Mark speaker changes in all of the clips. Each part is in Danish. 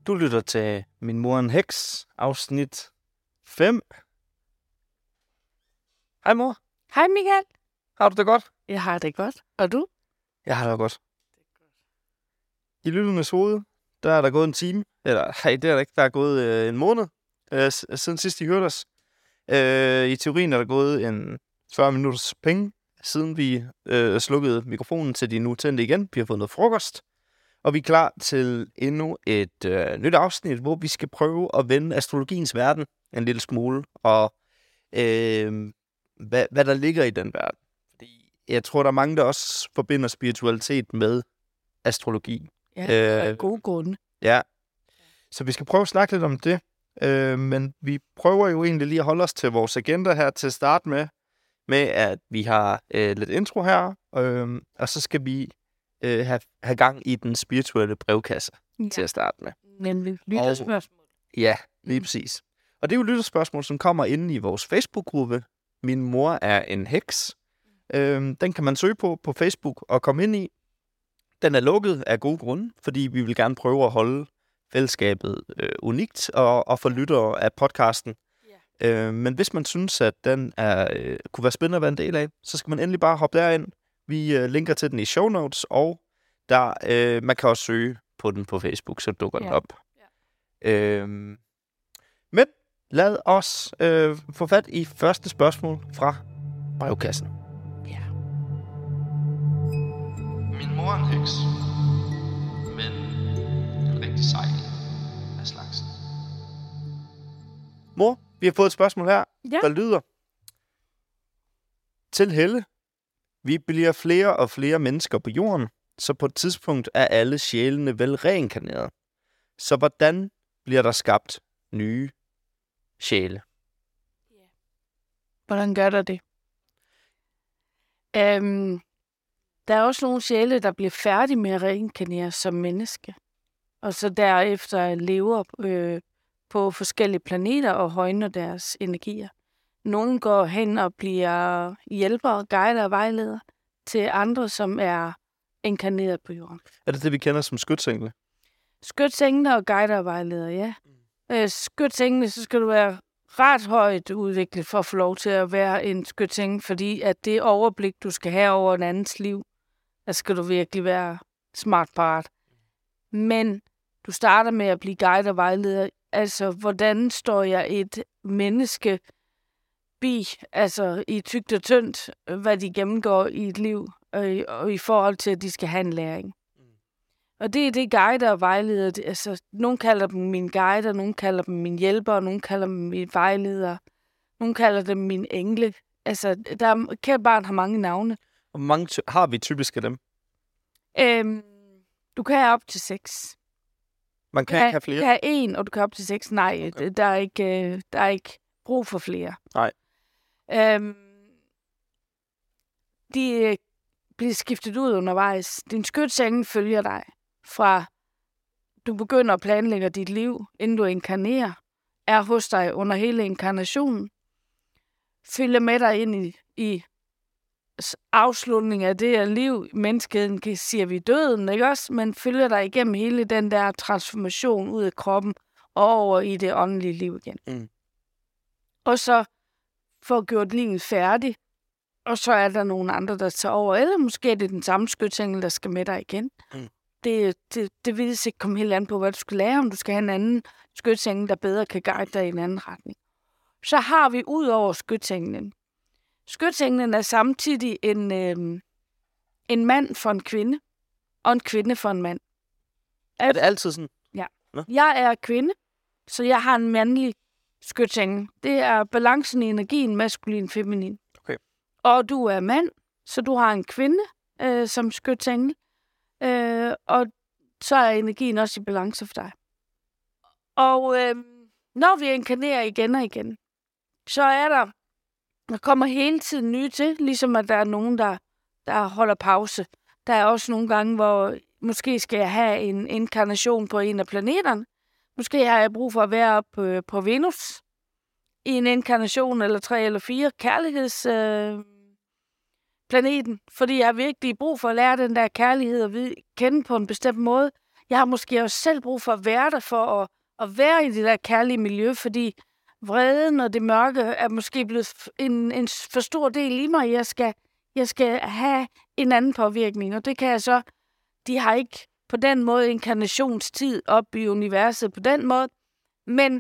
Speaker 1: Du lytter til Min mor en heks, afsnit 5. Hej mor,
Speaker 2: Hej Michael.
Speaker 1: har du det godt?
Speaker 2: Jeg har det godt. Og du?
Speaker 1: Jeg har det godt. I lytternes hoved, der er der gået en time. Eller, nej, det er der ikke. Der er gået en måned siden sidst I hørte os. I teorien er der gået en 40 minutters penge, siden vi slukkede mikrofonen til de nu tændte igen. Vi har fået noget frokost. Og vi er klar til endnu et nyt afsnit, hvor vi skal prøve at vende astrologiens verden en lille smule. Og hvad der ligger i den verden. Fordi jeg tror, der er mange, der også forbinder spiritualitet med astrologi.
Speaker 2: Ja, af gode grunde.
Speaker 1: Ja, så vi skal prøve at snakke lidt om det. Men vi prøver jo egentlig lige at holde os til vores agenda her til at starte med at vi har lidt intro her. Og så skal vi have gang i den spirituelle brevkasse til at starte med.
Speaker 2: Nemlig lytterspørgsmål.
Speaker 1: Ja, lige præcis. Og det er jo lytterspørgsmål, som kommer inde i vores Facebook-gruppe. Min mor er en heks. Den kan man søge på Facebook og komme ind i. Den er lukket af gode grunde, fordi vi vil gerne prøve at holde fællesskabet unikt og for lyttere af podcasten. Yeah. Men hvis man synes, at den kunne være spændende at være en del af, så skal man endelig bare hoppe derind. Vi linker til den i show notes, og der man kan også søge på den på Facebook, så dukker den op. Yeah. Men lad os få fat i første spørgsmål fra brevkassen.
Speaker 2: Ja.
Speaker 1: Min mor er en heks, men en rigtig sej af slagsen. Mor, vi har fået et spørgsmål her, der lyder: Til Helle, vi bliver flere og flere mennesker på jorden, så på et tidspunkt er alle sjælene vel reinkarneret. Så hvordan bliver der skabt nye sjæle?
Speaker 2: Hvordan gør der det? Der er også nogle sjæle, der bliver færdige med at reinkarnere som menneske. Og så derefter lever på forskellige planeter og højner deres energier. Nogle går hen og bliver hjælpere, guider og vejledere til andre, som er inkarneret på jorden.
Speaker 1: Er det det, vi kender som skytsengle?
Speaker 2: Skytsengle og guider og vejledere, ja. Skytsengle, så skal du være ret højt udviklet for at få lov til at være en skytsengle, fordi at det overblik, du skal have over en andens liv, der skal du virkelig være smart parat. Men du starter med at blive guide og vejleder. Altså, hvordan står jeg et menneske altså i tykt og tyndt, hvad de gennemgår i et liv, og i forhold til, at de skal have en læring. Og det er det guider og vejleder. Altså, nogen kalder dem mine guider, nogen kalder dem mine hjælpere, nogen kalder dem mine vejledere, nogen kalder dem mine engle. Altså, kære barn har mange navne.
Speaker 1: Og mange har vi typisk af dem?
Speaker 2: Du kan have op til 6.
Speaker 1: Man kan ikke have flere?
Speaker 2: Du kan have 1, og du kan have op til 6. Nej, okay. Der er ikke brug for flere.
Speaker 1: Nej.
Speaker 2: De bliver skiftet ud undervejs. Din skytsengel følger dig fra du begynder at planlægge dit liv, inden du inkarnerer, er hos dig under hele inkarnationen, følger med dig ind i afslutningen af det her liv. Menneskeheden siger vi døden, ikke også? Men følger dig igennem hele den der transformation ud af kroppen og over i det åndelige liv igen. Mm. Og så får gjort livet færdigt, og så er der nogle andre, der tager over. Eller måske er det den samme skytsengel, der skal med dig igen. Mm. Det vil ikke komme helt an på, hvad du skal lære, om du skal have en anden skytsengel, der bedre kan guide dig i en anden retning. Så har vi ud over skytsenglen. Skytsenglen er samtidig en mand for en kvinde, og en kvinde for en mand.
Speaker 1: Er det altid sådan?
Speaker 2: Ja. Nå? Jeg er kvinde, så jeg har en mandlig skytsengel. Det er balancen i energien, maskulin, feminin.
Speaker 1: Okay. Og
Speaker 2: du er mand, så du har en kvinde som skytsengel. Og så er energien også i balance for dig. Og når vi inkarnerer igen og igen, så er der kommer hele tiden nye til, ligesom at der er nogen, der holder pause. Der er også nogle gange, hvor måske skal jeg have en inkarnation på en af planeterne. Måske har jeg brug for at være oppe på Venus i en inkarnation eller 3 eller 4 kærlighedsplaneten, fordi jeg har virkelig brug for at lære den der kærlighed og kende på en bestemt måde. jeg har måske også selv brug for at være der, for at være i det der kærlige miljø, fordi vreden og det mørke er måske blevet en for stor del i mig. Jeg skal have en anden påvirkning, og det kan jeg så. De har ikke på den måde inkarnationstid op i universet på den måde, men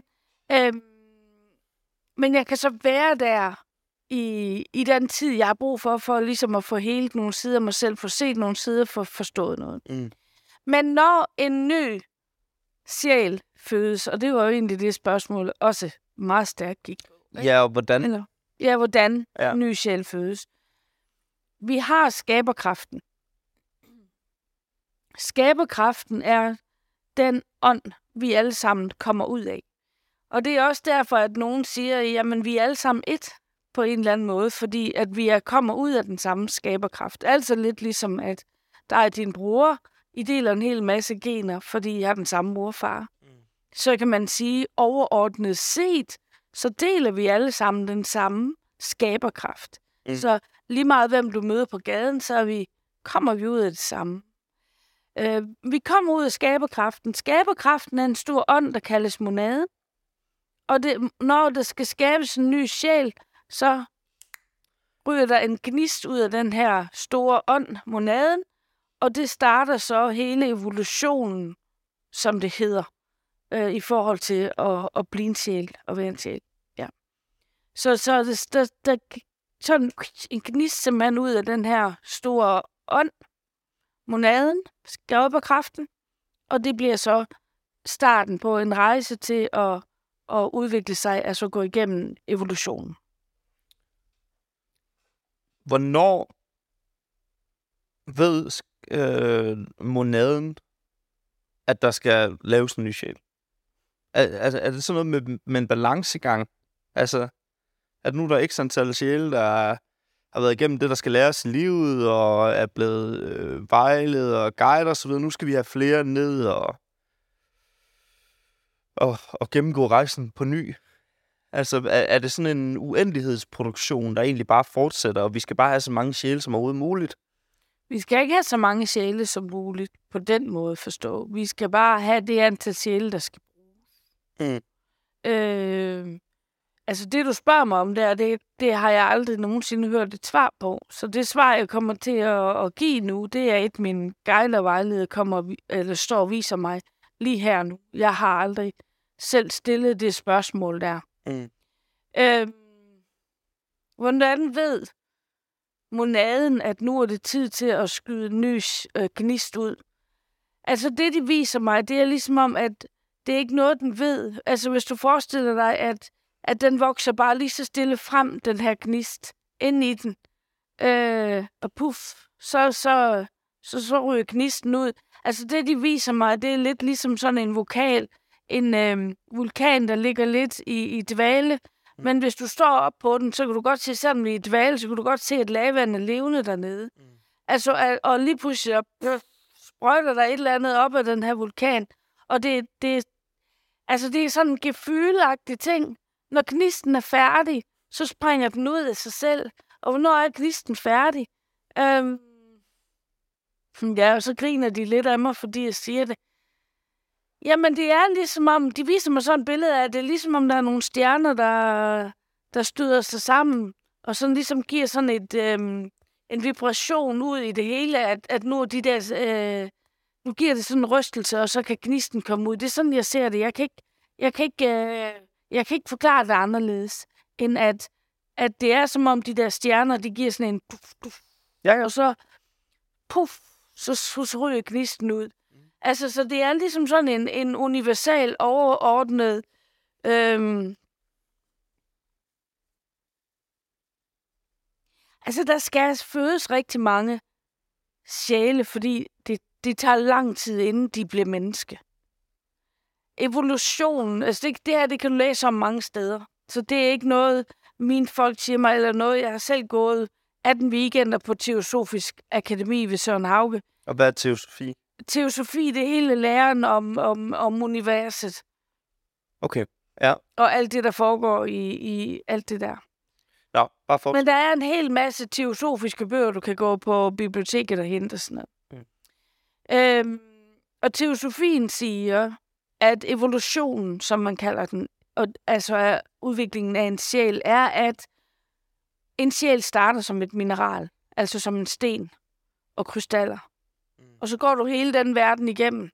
Speaker 2: jeg kan så være der i den tid, jeg har brug for ligesom at få helt nogle sider af mig selv, få set nogle sider, for forstået noget. Mm. Men når en ny sjæl fødes, og det var jo egentlig det spørgsmål også meget stærkt gik på.
Speaker 1: Ja, og hvordan?
Speaker 2: Hvordan en ny sjæl fødes. Vi har skaberkraften. Skaberkraften er den ånd, vi alle sammen kommer ud af. Og det er også derfor, at nogen siger, jamen vi er alle sammen ét på en eller anden måde, fordi at vi kommer ud af den samme skaberkraft. Altså lidt ligesom, at der er din bror, I deler en hel masse gener, fordi I har den samme morfar. Så kan man sige, overordnet set, så deler vi alle sammen den samme skaberkraft. Så lige meget hvem du møder på gaden, så kommer vi ud af det samme. Vi kommer ud af skaberkraften. Skaberkraften er en stor ånd, der kaldes monaden. Og når der skal skabes en ny sjæl, så ryger der en gnist ud af den her store ånd, monaden, og det starter så hele evolutionen, som det hedder, i forhold til at blive en sjæl og være en sjæl. Ja. Så der sådan en gnist simpelthen ud af den her store ånd, monaden, skaberkraften, og det bliver så starten på en rejse til at udvikle sig, altså gå igennem evolutionen.
Speaker 1: Hvornår ved monaden, at der skal laves en ny sjæl? Er det sådan noget med en balancegang? Altså, at nu der er ikke antal sjæle, der har været igennem det, der skal læres i livet, og er blevet vejledet og guidet og så videre. Nu skal vi have flere ned og gennemgå rejsen på ny. Altså, er det sådan en uendelighedsproduktion, der egentlig bare fortsætter, og vi skal bare have så mange sjæle som overhovedet muligt? Vi
Speaker 2: skal ikke have så mange sjæle som muligt, på den måde forstå. Vi skal bare have det antal sjæle, der skal bruges. Altså, det du spørger mig om der, det har jeg aldrig nogensinde hørt et svar på. Så det svar, jeg kommer til at give nu, det er min guide og vejleder står og viser mig lige her nu. Jeg har aldrig selv stillet det spørgsmål der. Hvordan ved monaden, at nu er det tid til at skyde en ny gnist ud? Altså det, de viser mig, det er ligesom om, at det er ikke noget, den ved. Altså hvis du forestiller dig, at den vokser bare lige så stille frem, den her gnist, ind i den, og puff, så ryger gnisten ud. Altså det, de viser mig, det er lidt ligesom sådan en vulkan, der ligger lidt i dvale. Men hvis du står op på den, så kan du godt se, selvom i dvale, så kan du godt se, at lavaen er levende dernede. Altså, og lige pludselig sprøjter der et eller andet op af den her vulkan. Og det er sådan en gefylagtig ting. Når gnisten er færdig, så springer den ud af sig selv. Og hvornår er gnisten færdig? Og så griner de lidt af mig, fordi jeg siger det. Jamen, det er ligesom om, de viser mig sådan et billede af, det er ligesom om, der er nogle stjerner, der støder sig sammen, og sådan ligesom giver sådan en vibration ud i det hele, at nu er de der, nu giver det sådan en rystelse, og så kan gnisten komme ud. Det er sådan, jeg ser det. Jeg kan ikke forklare det anderledes, end at det er som om de der stjerner, de giver sådan en duf. Ja. Og så puff, så ryger gnisten ud. Altså, så det er ligesom sådan en universal overordnet altså, der skal fødes rigtig mange sjæle, fordi det tager lang tid, inden de bliver menneske. Evolutionen, altså det kan du læse om mange steder. Så det er ikke noget, mine folk siger mig, eller noget, jeg har selv gået 18 weekender på Teosofisk Akademi ved Søren Hauge.
Speaker 1: Og hvad er teosofi?
Speaker 2: Teosofi, det er hele læren om universet.
Speaker 1: Okay, ja.
Speaker 2: Og alt det, der foregår i alt det der.
Speaker 1: Ja, bare for.
Speaker 2: Men der er en hel masse teosofiske bøger, du kan gå på biblioteket og hente sådan noget. Og teosofien siger, at evolutionen, som man kalder den, og altså udviklingen af en sjæl, er, at en sjæl starter som et mineral, altså som en sten og krystaller. Og så går du hele den verden igennem.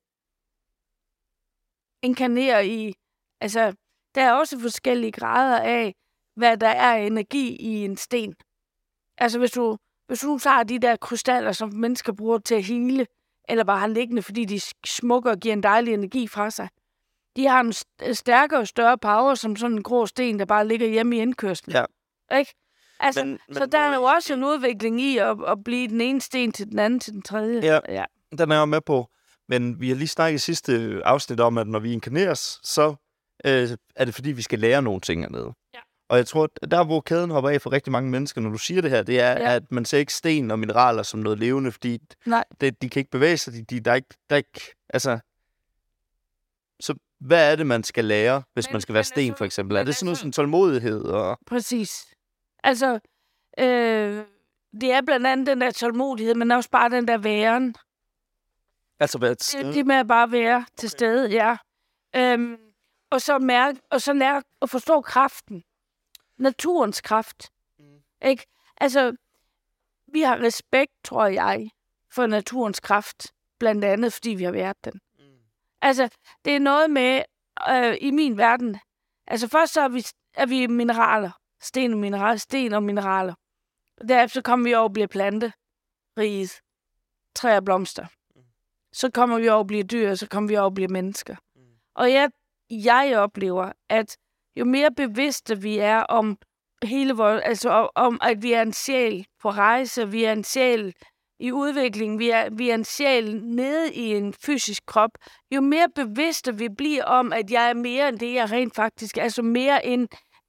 Speaker 2: Inkarnerer i, altså, der er også forskellige grader af, hvad der er energi i en sten. Altså, hvis du tager de der krystaller, som mennesker bruger til at hele, eller bare har liggende, fordi de smukker og giver en dejlig energi fra sig, de har en stærkere og større power, som sådan en grå sten, der bare ligger hjemme i indkørslen.
Speaker 1: Ja.
Speaker 2: Ikke? Altså, så der er jo også en udvikling i at blive den ene sten til den anden til den tredje.
Speaker 1: Ja. Den er jeg med på. Men vi har lige snakket i sidste afsnit om, at når vi inkarneres, så er det fordi, vi skal lære nogle ting hernede. Ja. Og jeg tror, at der hvor kæden hopper af for rigtig mange mennesker, når du siger det her, det er, at man ser ikke sten og mineraler som noget levende, fordi de kan ikke bevæge sig. Der er ikke, altså... Så hvad er det, man skal lære, hvis man skal være sten, for eksempel? Er det sådan noget som tålmodighed? Og...
Speaker 2: Præcis. Altså, det er blandt andet den der tålmodighed, men også bare den der væren.
Speaker 1: Altså være til stede?
Speaker 2: Det med at bare være til stede, ja. Og så mærke, og så lære at forstå kraften. Naturens kraft. Ikke? Altså, vi har respekt, tror jeg, for naturens kraft. Blandt andet, fordi vi har været den. Altså, det er noget med, i min verden, altså først så er vi mineraler. Sten og mineraler. Derefter kommer vi over at blive planteriget. Træer og blomster. Så kommer vi over at blive dyr, og så kommer vi over at blive mennesker. Og jeg oplever, at jo mere bevidste vi er om hele vores, altså om at vi er en sjæl på rejse, vi er en sjæl i udvikling, vi er en sjæl nede i en fysisk krop, jo mere bevidste vi bliver om, at jeg er mere end det, jeg rent faktisk er, altså mere end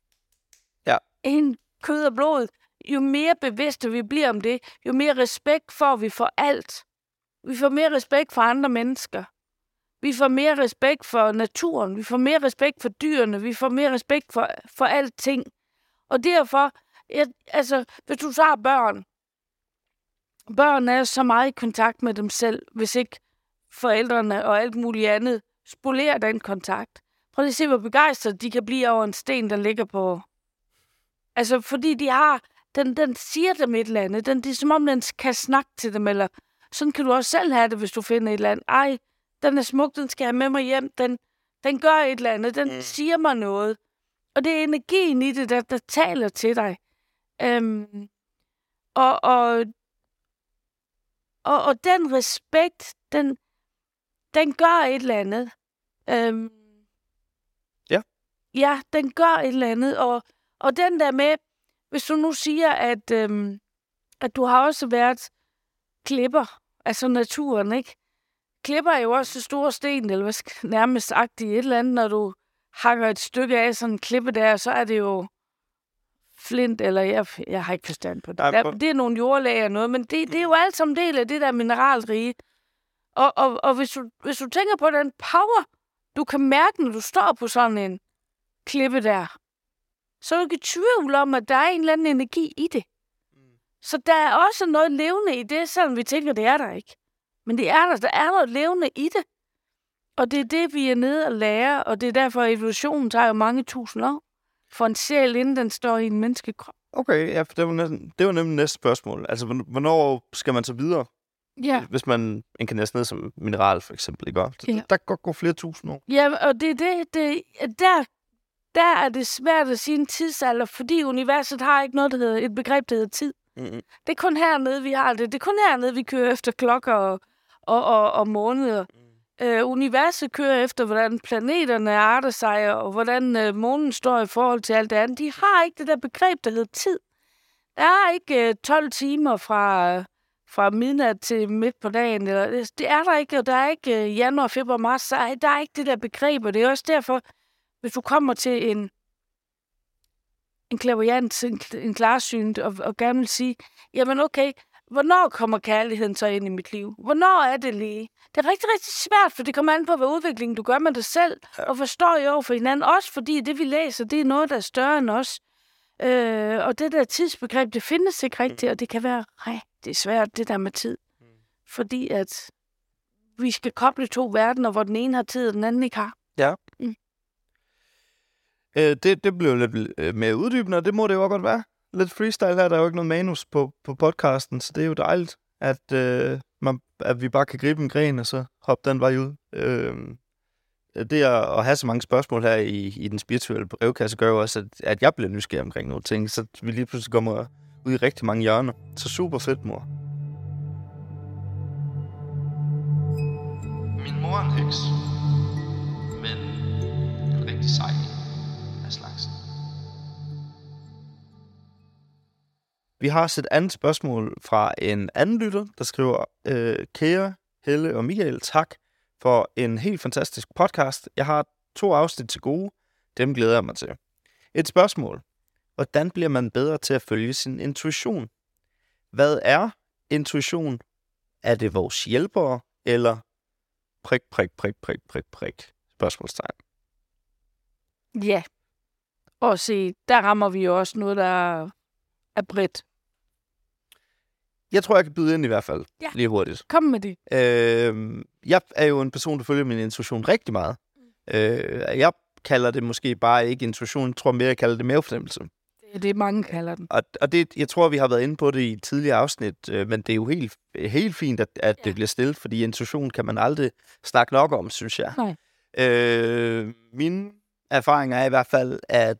Speaker 2: kød og blod, jo mere bevidste vi bliver om det, jo mere respekt får vi for alt. Vi får mere respekt for andre mennesker. Vi får mere respekt for naturen. Vi får mere respekt for dyrene. Vi får mere respekt for alting. Og derfor, altså, hvis du tager børn er så meget i kontakt med dem selv, hvis ikke forældrene og alt muligt andet spolerer den kontakt. Prøv lige at se, hvor begejstret de kan blive over en sten, der ligger på. Altså, fordi de har, den siger dem et eller andet. Det er som om, den kan snakke til dem, eller sådan kan du også selv have det, hvis du finder et eller andet. Ej, den er smuk, den skal jeg have med mig hjem. Den gør et eller andet, den siger mig noget. Og det er energien i det, der taler til dig. Og den respekt, den gør et eller andet. Ja, den gør et eller andet. Og den der med, hvis du nu siger, at du har også været klipper, altså naturen, ikke? Klipper er jo også store sten, eller hvad nærmest sagt i et eller andet, når du hakker et stykke af sådan en klippe der, så er det jo flint, eller jeg har ikke forstand på det. Det er nogle jordlag og noget, men det er jo alt som del af det der mineralrige. Og hvis du tænker på den power, du kan mærke, når du står på sådan en klippe der, så er du ikke i tvivl om, at der er en eller anden energi i det. Så der er også noget levende i det, selvom vi tænker, det er der ikke. Men det er der. Der er noget levende i det. Og det er det, vi er nede og lære, og det er derfor, at evolutionen tager jo mange tusind år for en sjæl, inden den står i en menneskekrop.
Speaker 1: Okay, ja, for det var nemlig næste spørgsmål. Altså, hvornår skal man så videre?
Speaker 2: Ja.
Speaker 1: Hvis man inkarneres ned som mineral, for eksempel, ikke? Så
Speaker 2: ja.
Speaker 1: Der kan gå flere tusind år.
Speaker 2: Ja, og der er det svært at sige en tidsalder, fordi universet har ikke noget, der hedder et begreb, der hedder tid. Mm-hmm. Det er kun hernede, vi har det. Det er kun hernede, vi kører efter klokker og måneder. Universet kører efter, hvordan planeterne arter sig, og hvordan månen står i forhold til alt det andet. De har ikke det der begreb, der hedder tid. Der er ikke 12 timer fra midnat til midt på dagen. Eller, det er der ikke, og der er ikke januar, februar, marts. Så der er ikke det der begreb, og det er også derfor, hvis du kommer til en clairvoyant, en klarsynt, og gerne vil sige, jamen okay, hvornår kommer kærligheden så ind i mit liv? Hvornår er det lige? Det er rigtig, rigtig svært, for det kommer an på, hvad udviklingen du gør med dig selv, og forstår I over for hinanden. Også fordi det, vi læser, det er noget, der er større end os. Og det der tidsbegreb, det findes ikke rigtigt, og det kan være rigtig svært, det der med tid. Fordi at vi skal koble 2 verdener, hvor den ene har tid, og den anden ikke har.
Speaker 1: Ja. Det blev lidt mere uddybende, og det må det jo også godt være. Lidt freestyle her, der er jo ikke noget manus på podcasten, så det er jo dejligt, at vi bare kan gribe en gren, og så hoppe den vej ud. Det at have så mange spørgsmål her i den spirituelle brevkasse, gør jo også, at jeg bliver nysgerrig omkring nogle ting, så vi lige pludselig kommer ud i rigtig mange hjørner. Så super fedt, mor. Min mor er en heks, men en rigtig sej af slagsen. Vi har også et andet spørgsmål fra en anden lytter, der skriver, kære Helle og Michael, tak for en helt fantastisk podcast. Jeg har 2 afsnit til gode. Dem glæder jeg mig til. Et spørgsmål. Hvordan bliver man bedre til at følge sin intuition? Hvad er intuition? Er det vores hjælpere, eller prik? Spørgsmålstegn.
Speaker 2: Ja. Og se, der rammer vi jo også noget, der er bredt.
Speaker 1: Jeg tror, jeg kan byde ind i hvert fald.
Speaker 2: Ja.
Speaker 1: Lige hurtigt.
Speaker 2: Kom med det.
Speaker 1: Jeg er jo en person, der følger min intuition rigtig meget. Jeg kalder det måske bare ikke intuition. Jeg tror mere, jeg kalder det mavefornemmelse.
Speaker 2: Det er det, mange kalder den.
Speaker 1: Og det, jeg tror, vi har været inde på det i et tidligere afsnit, men det er jo helt fint, at det bliver stillet, fordi intuition kan man aldrig snakke nok om, synes jeg.
Speaker 2: Nej.
Speaker 1: Min erfaring er i hvert fald,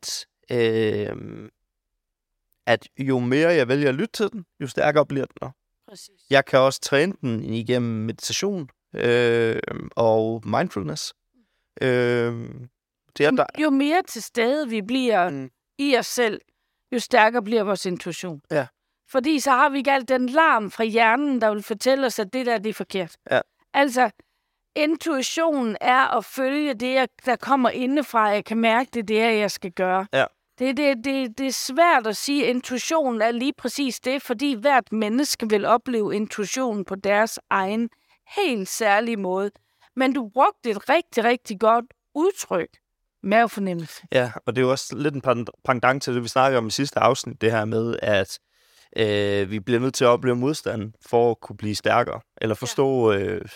Speaker 1: at jo mere jeg vælger at lytte til den, jo stærkere bliver den.
Speaker 2: Præcis.
Speaker 1: Jeg kan også træne den igennem meditation og mindfulness.
Speaker 2: Jo mere til stede vi bliver i os selv, jo stærkere bliver vores intuition.
Speaker 1: Ja.
Speaker 2: Fordi så har vi ikke alt den larm fra hjernen, der vil fortælle os, at det der det er forkert.
Speaker 1: Ja.
Speaker 2: Altså, intuitionen er at følge det, der kommer indefra. Jeg kan mærke, det er det, jeg skal gøre.
Speaker 1: Ja.
Speaker 2: Det er svært at sige, at intuitionen er lige præcis det, fordi hvert menneske vil opleve intuitionen på deres egen helt særlige måde. Men du brugte et rigtig, rigtig godt udtryk. Mavefornemmelse.
Speaker 1: Ja, og det er jo også lidt en pendant til det, vi snakkede om i sidste afsnit, det her med, at vi bliver nødt til at opleve modstand for at kunne blive stærkere, eller forstå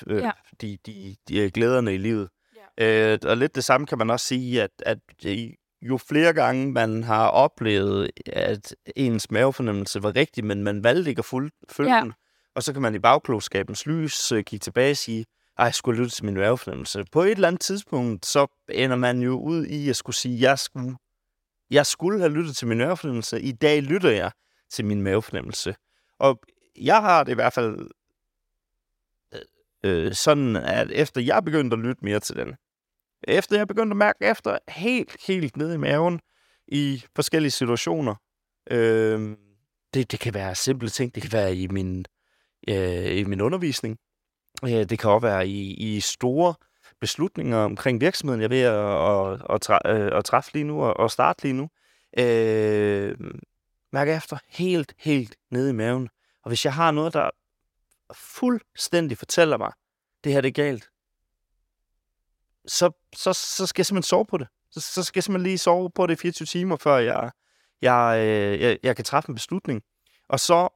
Speaker 1: de glæderne i livet. Ja. Og lidt det samme kan man også sige, at jo flere gange man har oplevet, at ens mavefornemmelse var rigtig, men man valgte ikke at følge den, og så kan man i bagklogskabens lys kigge tilbage og sige, jeg skulle lytte til min mavefornemmelse. På et eller andet tidspunkt, så ender man jo ud i at skulle sige, jeg skulle have lyttet til min mavefornemmelse. I dag lytter jeg til min mavefornemmelse. Og jeg har det i hvert fald sådan, at efter jeg begyndte at lytte mere til den, efter jeg begyndte at mærke efter helt nede i maven i forskellige situationer, det kan være simple ting, det kan være i min undervisning, det kan også være i store beslutninger omkring virksomheden, jeg er ved at træffe lige nu og starte lige nu. Mærke efter helt nede i maven. Og hvis jeg har noget, der fuldstændig fortæller mig, det her det er galt, så skal jeg simpelthen sove på det. Så skal jeg simpelthen lige sove på det i 24 timer, før jeg kan træffe en beslutning. Og så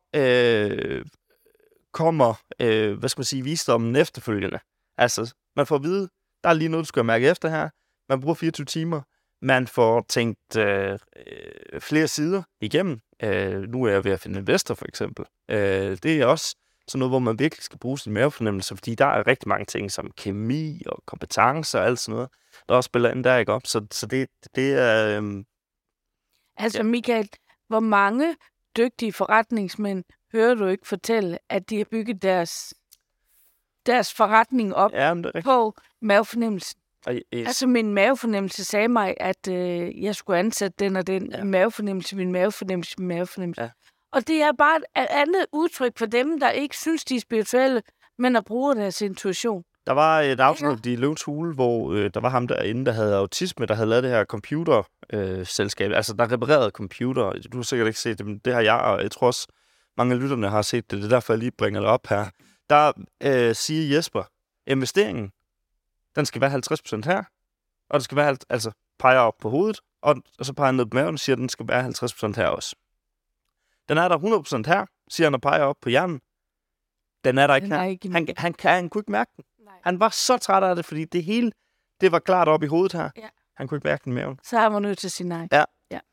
Speaker 1: kommer, visdommen efterfølgende. Altså, man får at vide, der er lige noget, du skal mærke efter her. Man bruger 24 timer. Man får tænkt flere sider igennem. Nu er jeg ved at finde investor, for eksempel. Det er også sådan noget, hvor man virkelig skal bruge sin mavefornemmelse, fordi der er rigtig mange ting, som kemi og kompetencer og alt sådan noget, der også spiller ind der, ikke op? Så det er...
Speaker 2: Michael, hvor mange dygtige forretningsmænd hører du ikke fortælle, at de har bygget deres forretning op på mavefornemmelsen?
Speaker 1: Yes.
Speaker 2: Altså, min mavefornemmelse sagde mig, at jeg skulle ansætte den og den. Ja. Min mavefornemmelse. Ja. Og det er bare et andet udtryk for dem, der ikke synes, de er spirituelle, men der bruger deres intuition. Der
Speaker 1: var et afsnit i Løvens Hule, hvor der var ham derinde, der havde autisme, der havde lavet det her computerselskab. Altså, der reparerede computer. Du har sikkert ikke set det, men det har jeg, og jeg tror også, mange af lytterne har set det. Det er derfor, jeg lige bringer det op her. Der siger Jesper, investeringen, den skal være 50% her, og det skal være, peger op på hovedet, og så peger han ned på maven og siger, at den skal være 50% her også. Den er der 100% her, siger han og peger op på hjernen. Den er der ikke her. Han kunne ikke mærke den. Han var så træt af det, fordi det hele, det var klart op i hovedet her.
Speaker 2: Ja.
Speaker 1: Han kunne ikke mærke den i maven.
Speaker 2: Så han var nødt til at sige nej.
Speaker 1: Ja.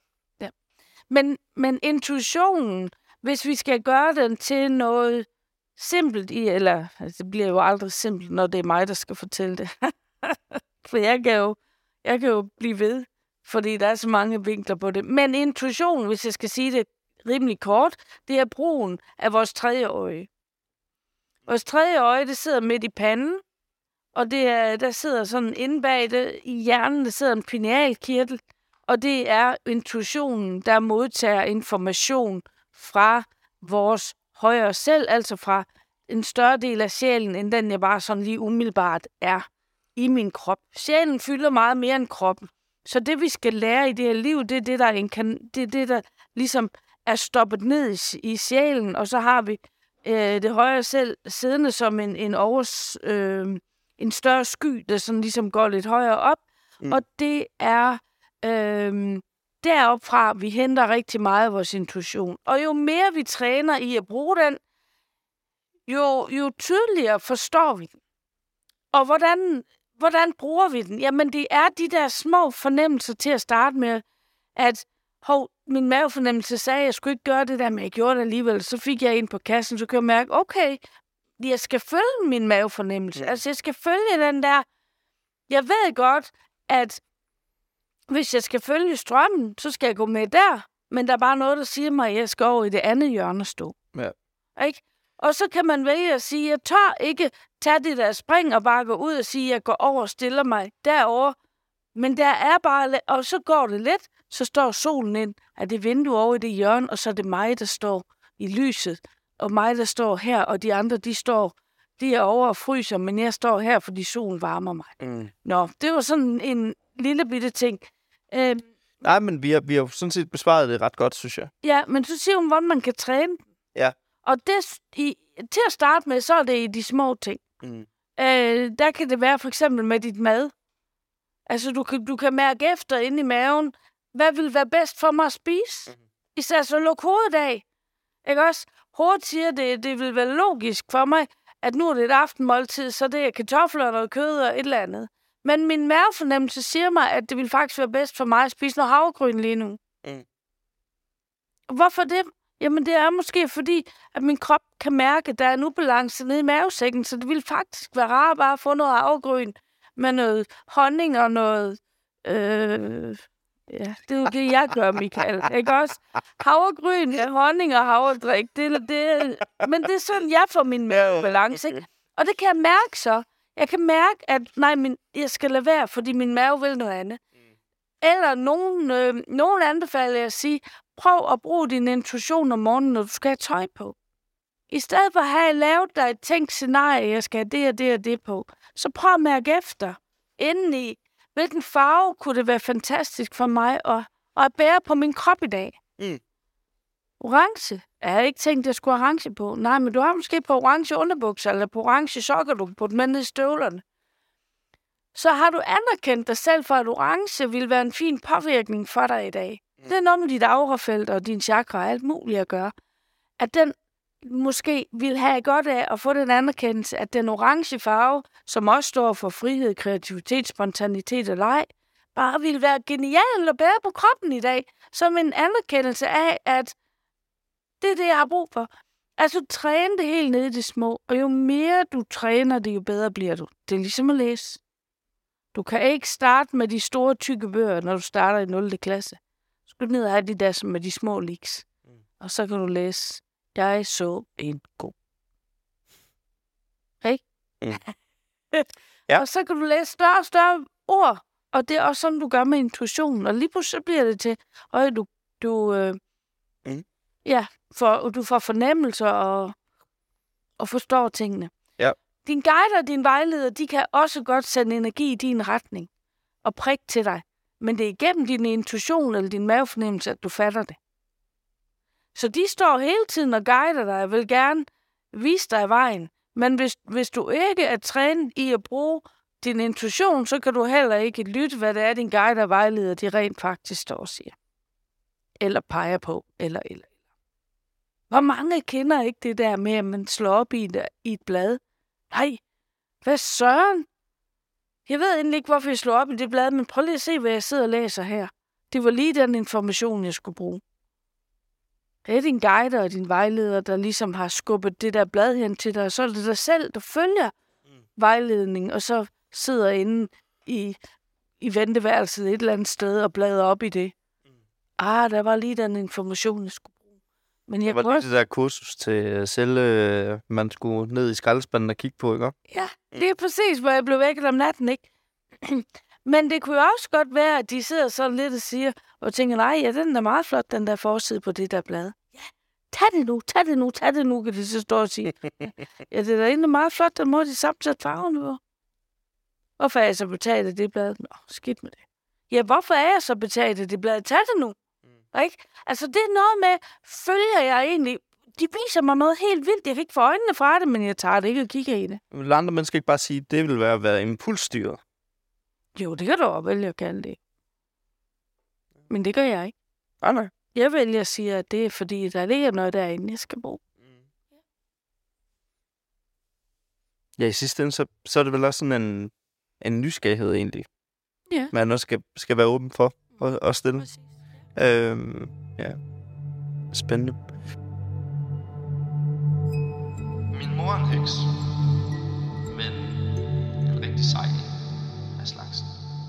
Speaker 2: Men intuitionen, hvis vi skal gøre den til noget simpelt det bliver jo aldrig simpelt, når det er mig, der skal fortælle det. For jeg kan jo blive ved, fordi der er så mange vinkler på det. Men intuitionen, hvis jeg skal sige det rimelig kort, det er brugen af vores tredje øje. Vores tredje øje, det sidder midt i panden, og der sidder sådan inde bag det i hjernen, der sidder en pinealkirtel, og det er intuitionen, der modtager information fra vores højere selv, altså fra en større del af sjælen, end den jeg bare sådan lige umiddelbart er i min krop. Sjælen fylder meget mere end kroppen. Så det, vi skal lære i det her liv, det er det, der ligesom er stoppet ned i sjælen, og så har vi det højere selv siddende som en større sky, der sådan ligesom går lidt højere op, og det er deroppe fra, vi henter rigtig meget af vores intuition. Og jo mere vi træner i at bruge den, jo tydeligere forstår vi den. Og hvordan bruger vi den? Jamen, det er de der små fornemmelser til at starte med, at min mavefornemmelse sagde, at jeg skulle ikke gøre det der, men jeg gjorde det alligevel. Så fik jeg ind på kassen, så kunne jeg mærke, okay, jeg skal følge min mavefornemmelse. Altså, jeg skal følge den der. Jeg ved godt, at hvis jeg skal følge strømmen, så skal jeg gå med der. Men der er bare noget, der siger mig, at jeg skal over i det andet hjørne stå.
Speaker 1: Ja.
Speaker 2: Ikke? Og så kan man vælge at sige, at jeg tør ikke tage det der spring og bare gå ud og sige, at jeg går over og stiller mig derovre. Men der er bare, og så går det lidt, så står solen ind af det vindue over i det hjørne, og så er det mig, der står i lyset, og mig, der står her, og de andre, de er over og fryser, men jeg står her, fordi solen varmer mig. Nå, det var sådan en lille bitte ting.
Speaker 1: Nej, men vi har jo sådan set besvaret det ret godt, synes jeg.
Speaker 2: Ja, men så siger hun, hvordan man kan træne.
Speaker 1: Ja.
Speaker 2: Og til at starte med, så er det i de små ting. Der kan det være for eksempel med dit mad. Altså, du kan mærke efter inde i maven, hvad vil være bedst for mig at spise? Især så luk hovedet af. Ikke også? Hovedet siger, det vil være logisk for mig, at nu er det et aftenmåltid, så det er kartofler og noget kød og et eller andet. Men min mavefornemmelse siger mig, at det vil faktisk være bedst for mig at spise noget havregryn lige nu. Hvorfor det? Jamen, det er måske fordi, at min krop kan mærke, at der er en ubalance nede i mavesækken, så det vil faktisk være rart bare at få noget havregryn med noget honning og noget... Ja, det er jo det, jeg gør, Michael. Ikke også? Havregryn, honning og havredrik. Men det er sådan, jeg får min mavebalance, ikke? Og det kan jeg mærke så. Jeg kan mærke, at jeg skal lade være, fordi min mave vil noget andet. Eller nogen anbefaler jeg at sige, prøv at bruge din intuition om morgenen, når du skal have tøj på. I stedet for at have lavet dig et tænkt scenarie, jeg skal have det og det og det på, så prøv at mærke efter indeni, hvilken farve kunne det være fantastisk for mig at bære på min krop i dag. Orange. Jeg havde ikke tænkt, at jeg skulle have orange på. Nej, men du har måske på orange underbukser, eller på orange sokker, du kan putte med ned i støvlerne. Så har du anerkendt dig selv for, at orange vil være en fin påvirkning for dig i dag. Det er noget med dit aurafelt og din chakra og alt muligt at gøre. At den måske vil have godt af at få den anerkendelse, at den orange farve, som også står for frihed, kreativitet, spontanitet og leg, bare vil være genial at bære på kroppen i dag, som en anerkendelse af, at det er det, jeg har brug for. Altså, træne det helt ned i det små, og jo mere du træner det, jo bedre bliver du. Det er ligesom at læse. Du kan ikke starte med de store, tykke bøger, når du starter i 0. klasse. Så skal du ned og have de der som med de små leaks. Og så kan du læse, jeg så en god. Ikke?
Speaker 1: Ja.
Speaker 2: Og så kan du læse større og større ord, og det er også sådan, du gør med intuitionen. Og lige pludselig bliver det til, at du får fornemmelser og forstår tingene.
Speaker 1: Ja.
Speaker 2: Din guide og din vejleder, de kan også godt sende energi i din retning og prikke til dig. Men det er igennem din intuition eller din mavefornemmelse, at du fatter det. Så de står hele tiden og guider dig og vil gerne vise dig vejen. Men hvis du ikke er trænet i at bruge din intuition, så kan du heller ikke lytte, hvad det er, din guide og vejleder, de rent faktisk står og siger. Eller peger på, eller. Hvor mange kender ikke det der med, at man slår op i et blad? Nej, Hvad søren? Jeg ved egentlig ikke, hvorfor jeg slog op i det blad, men prøv lige at se, hvad jeg sidder og læser her. Det var lige den information, jeg skulle bruge. Det er din guide og din vejleder, der ligesom har skubbet det der blad hen til dig, og så er det dig selv, der følger vejledningen, og så sidder inde i venteværelset et eller andet sted og bladrer op i det. Der var lige den information, jeg skulle bruge. Men jeg
Speaker 1: var lige det der kursus til selv, man skulle ned i skraldespanden og kigge på, ikke?
Speaker 2: Ja, det er præcis, hvor jeg blev vækket om natten, ikke? Men det kunne jo også godt være, at de sidder sådan lidt og siger, og tænker, nej, ja, den er meget flot, den der forside på det der blad. Ja, tag det nu, kan de så stå og sige. Ja, det er da egentlig meget flot, den måde de sammensætte farverne på. Hvorfor er jeg så betalt af det blad? Skidt med det. Ja, hvorfor er jeg så betalt af det blad? Tag det nu. Ikke? Altså, det er noget med, følger jeg egentlig... De viser mig noget helt vildt. Jeg kan ikke få øjnene fra det, men jeg tager det ikke og kigger i det.
Speaker 1: Vil andre mennesker ikke bare sige, at det vil være impulsstyret?
Speaker 2: Jo, det kan du også vælge at kalde det. Men det gør jeg ikke.
Speaker 1: Nej.
Speaker 2: Jeg vælger at sige, at det er fordi, der ligger noget derinde, jeg skal bruge.
Speaker 1: Ja, i sidste ende, så er det vel også sådan en nysgerrighed egentlig.
Speaker 2: Ja.
Speaker 1: Man også skal være åben for at stille. Ja. Spændende. Min mor er en heks, men en rigtig sej af slagsen.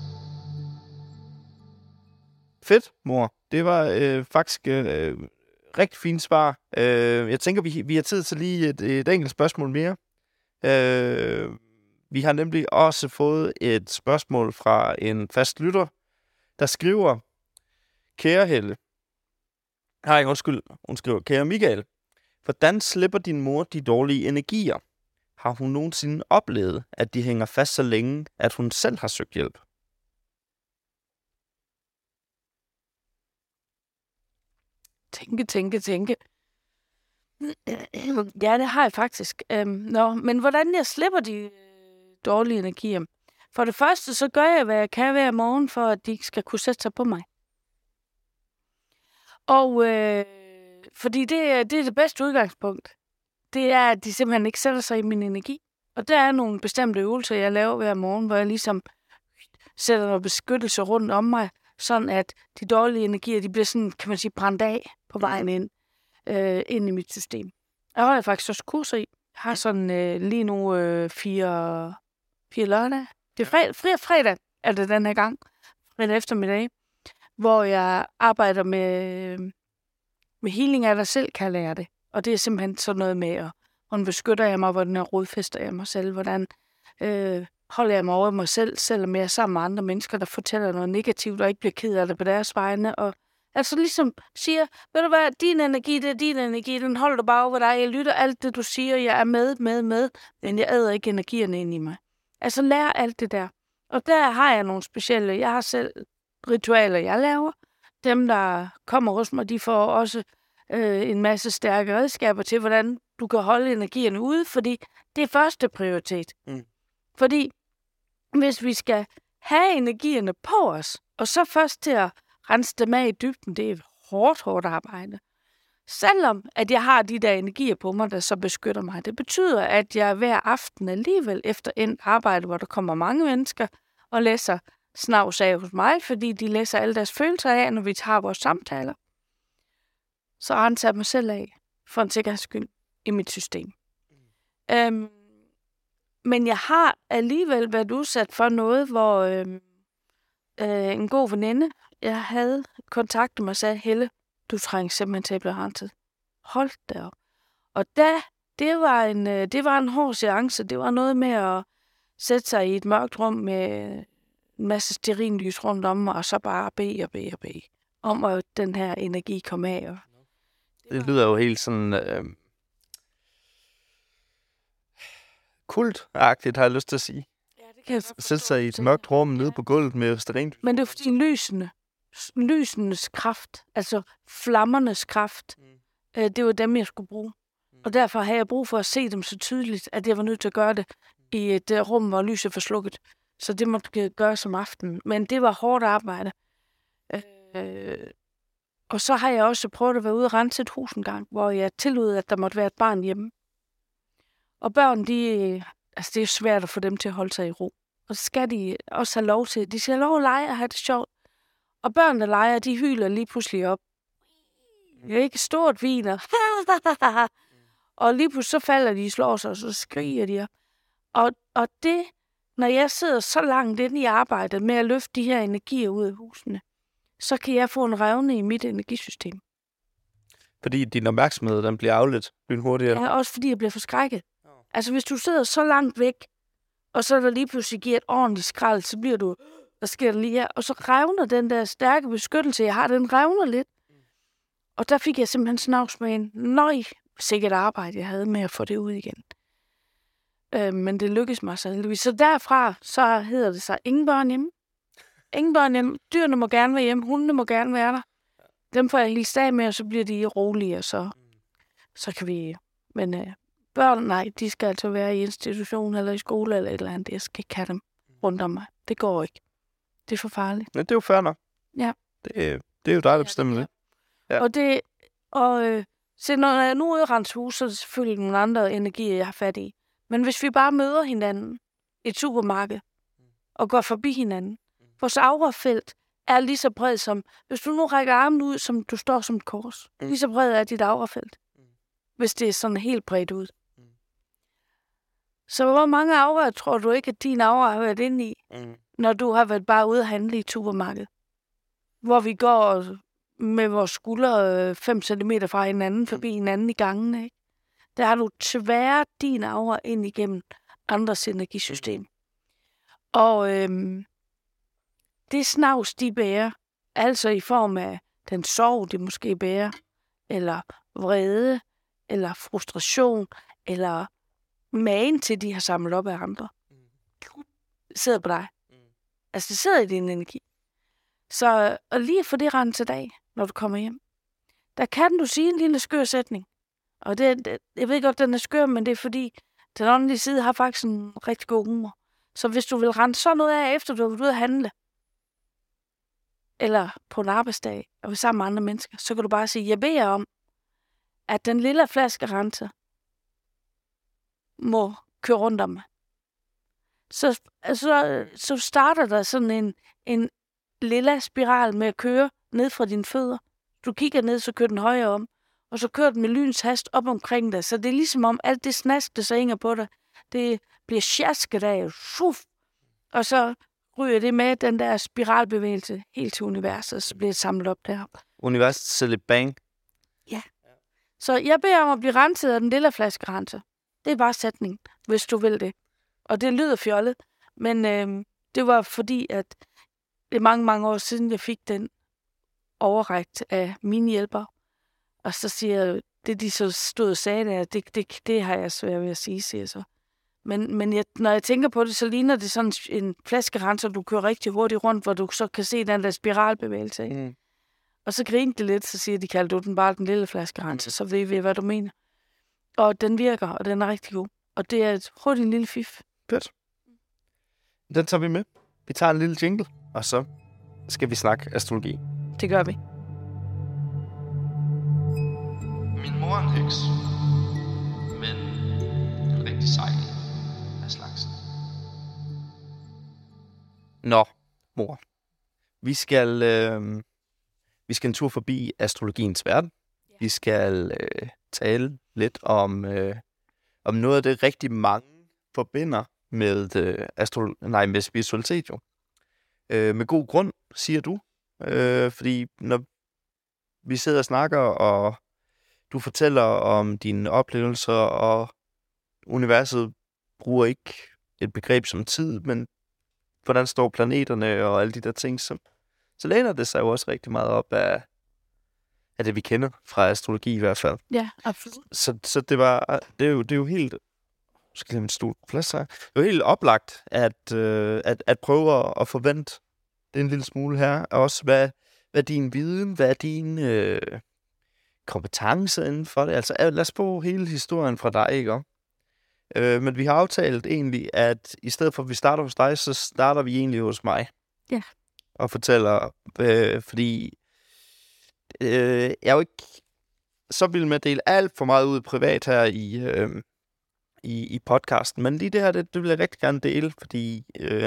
Speaker 1: Fedt, mor. Det var faktisk rigtig fint svar. Jeg tænker, vi har tid til lige et enkelt spørgsmål mere. Vi har nemlig også fået et spørgsmål fra en fast lytter, der skriver, kære Helle. Nej, undskyld. Hun skriver, kære Michael. Hvordan slipper din mor de dårlige energier? Har hun nogensinde oplevet, at de hænger fast så længe, at hun selv har søgt hjælp?
Speaker 2: Tænke. Ja, det har jeg faktisk. Men hvordan jeg slipper de dårlige energier? For det første, så gør jeg, hvad jeg kan hver morgen, for at de skal kunne sætte sig på mig. Og fordi det er det bedste udgangspunkt. Det er, at de simpelthen ikke sætter sig i min energi. Og der er nogle bestemte øvelser, jeg laver hver morgen, hvor jeg ligesom sætter noget beskyttelse rundt om mig, sådan at de dårlige energier, de bliver sådan, kan man sige, brændt af på vejen ind i mit system. Jeg har faktisk også kurser i. Jeg har sådan lige nu 4 lørdage. Det er fredag er det den her gang. Fredag eftermiddag. Hvor jeg arbejder med healing af dig selv, kalder jeg det. Og det er simpelthen sådan noget med, hvordan beskytter jeg mig, hvordan rodfæster jeg mig selv, hvordan holder jeg mig over mig selv, selvom jeg er sammen med andre mennesker, der fortæller noget negativt, og ikke bliver ked af det på deres vegne. Og altså ligesom siger, ved du hvad, din energi, det er din energi, den holder du bare over dig. Jeg lytter alt det, du siger, jeg er med, men jeg æder ikke energierne ind i mig. Altså lær alt det der. Og der har jeg nogle specielle, jeg har selv ritualer, jeg laver. Dem, der kommer hos mig, de får også en masse stærke redskaber til, hvordan du kan holde energierne ude, fordi det er første prioritet. Fordi hvis vi skal have energierne på os, og så først til at rense dem af i dybden, det er hårdt arbejde. Selvom at jeg har de der energier på mig, der så beskytter mig, det betyder, at jeg hver aften alligevel efter endt arbejde, hvor der kommer mange mennesker og læser snavs af hos mig, fordi de læser alle deres følelser af, når vi tager vores samtaler, så renser jeg mig selv af for en sikkerheds skyld i mit system. Men jeg har alligevel været udsat for noget, hvor en god veninde, jeg havde kontaktet mig og sagde, Helle, du trænger simpelthen til at blive renset. Hold da op. Og det var en hård seance. Det var noget med at sætte sig i et mørkt rum med en masse stearinlys rundt om mig, og så bare bede om, at den her energi kom af.
Speaker 1: Det lyder jo helt sådan kultagtigt, har jeg lyst til at sige.
Speaker 2: Ja, det kan jeg
Speaker 1: sætte sig i et mørkt rum nede på gulvet med stearinlys.
Speaker 2: Men det er fordi lysenes kraft, altså flammernes kraft, det var dem, jeg skulle bruge. Og derfor havde jeg brug for at se dem så tydeligt, at jeg var nødt til at gøre det i et rum, hvor lyset var slukket. Så det måtte jeg gøre som aften. Men det var hårdt arbejde. Og så har jeg også prøvet at være ude og rense et hus en gang, hvor jeg tillod, at der måtte være et barn hjemme. Og børn, de Altså, det er jo svært at få dem til at holde sig i ro. Og så skal de også have lov til. De skal have lov at lege og have det sjovt. Og børn, der leger, de hyler lige pludselig op. Det er ikke stort viner. Og lige pludselig så falder de, slår sig, og så skriger de. Og det, når jeg sidder så langt inde i arbejdet med at løfte de her energier ud af husene, så kan jeg få en revne i mit energisystem.
Speaker 1: Fordi din opmærksomhed, den bliver afledt hurtigere.
Speaker 2: Ja, også fordi jeg bliver forskrækket. Altså, hvis du sidder så langt væk, og så der lige pludselig giver et ordentligt skrald, så bliver du, hvad sker der lige her? Og så revner den der stærke beskyttelse, jeg har, den revner lidt. Og der fik jeg simpelthen snavs med en sikkert arbejde, jeg havde med at få det ud igen. Men det lykkedes mig så heldigvis. Så derfra, så hedder det sig ingen børn hjemme. Ingen børn hjemme. Dyrene må gerne være hjemme, hundene må gerne være der. Dem får jeg hilst af med, og så bliver de rolige, og så kan vi... Men børn, nej, de skal altså være i institution eller i skole eller et eller andet. Jeg skal ikke have dem rundt om mig. Det går ikke. Det er for farligt.
Speaker 1: Ja, det er jo fair nok.
Speaker 2: Ja.
Speaker 1: Det er jo dig, der bestemmer det.
Speaker 2: Ja. Så når jeg nu udrenser hus, så er det selvfølgelig nogle andre energier, jeg har fat i. Men hvis vi bare møder hinanden i et supermarked og går forbi hinanden, vores aurafelt er lige så bred som... Hvis du nu rækker armen ud, som du står som et kors, lige så bred er dit aurafelt. Hvis det er sådan helt bredt ud. Så hvor mange auraer tror du ikke, at din aura har været inde i, når du har været bare ude at handle i et supermarked? Hvor vi går med vores skuldre 5 centimeter fra hinanden, forbi hinanden i gangen, ikke? Der har du tværet din aura ind igennem andres energisystem. Og det snavs, de bærer, altså i form af den sorg, de måske bærer, eller vrede, eller frustration, eller magen til, de har samlet op af andre, sidder på dig. Altså, det sidder i din energi. Så og lige få det renset af, når du kommer hjem, der kan du sige en lille skør sætning. Og jeg ved godt, den er skør, men det er fordi, den åndelige side har faktisk en rigtig god humor. Så hvis du vil rense sådan noget af, efter du har været ude at handle, eller på en arbejdsdag, og sammen med andre mennesker, så kan du bare sige, jeg beder om, at den lille flaske renser må køre rundt om mig. Så starter der sådan en lille spiral med at køre ned fra dine fødder. Du kigger ned, så kører den højere om, og så kører den med lyns hast op omkring dig. Så det er ligesom om alt det snask, der så hænger på dig, det bliver sjasket af, og så ryger det med den der spiralbevægelse helt til universet, og så bliver det samlet op deroppe.
Speaker 1: Universet selv et bang.
Speaker 2: Ja. Så jeg beder om at blive renset af den lille flaske renser. Det er bare sætningen, hvis du vil det. Og det lyder fjollet, men det var fordi, at det er mange, mange år siden, jeg fik den overrækt af mine hjælpere. Og så siger jeg, det de så stod og sagde der, det har jeg svært ved at sige, siger jeg så. Men når jeg tænker på det, så ligner det sådan en flaskerenser, du kører rigtig hurtigt rundt, hvor du så kan se den der spiralbevægelse. Ikke? Og så grinte det lidt, så siger de, kaldte du den bare den lille flaskerenser, så ved vi, hvad du mener. Og den virker, og den er rigtig god. Og det er et hurtigt lille fif.
Speaker 1: Fedt. Den tager vi med. Vi tager en lille jingle, og så skal vi snakke astrologi.
Speaker 2: Det gør vi.
Speaker 1: Min mor er en heks, men en rigtig sej af slagsen. Nå, mor. Vi skal en tur forbi astrologiens verden. Ja. Vi skal tale lidt om noget af det rigtig mange forbinder med med spiritualitet jo. Med god grund, siger du. Fordi når vi sidder og snakker, og du fortæller om dine oplevelser, og universet bruger ikke et begreb som tid, men hvordan står planeterne og alle de der ting, så læner det sig jo også rigtig meget op af det, vi kender fra astrologi i hvert fald.
Speaker 2: Ja, absolut.
Speaker 1: Så det er jo helt... Skal jeg min stol på plads her? Det er jo helt oplagt at prøve at forvente det en lille smule her. Også hvad din viden, hvad din kompetence inden for det. Altså lad os få hele historien fra dig, ikke? Men vi har aftalt egentlig, at i stedet for at vi starter hos dig, så starter vi egentlig hos mig.
Speaker 2: Ja.
Speaker 1: Og fortæller, fordi jeg er jo ikke så vild med at dele alt for meget ud privat her i podcasten. Men lige det her, det vil jeg rigtig gerne dele, fordi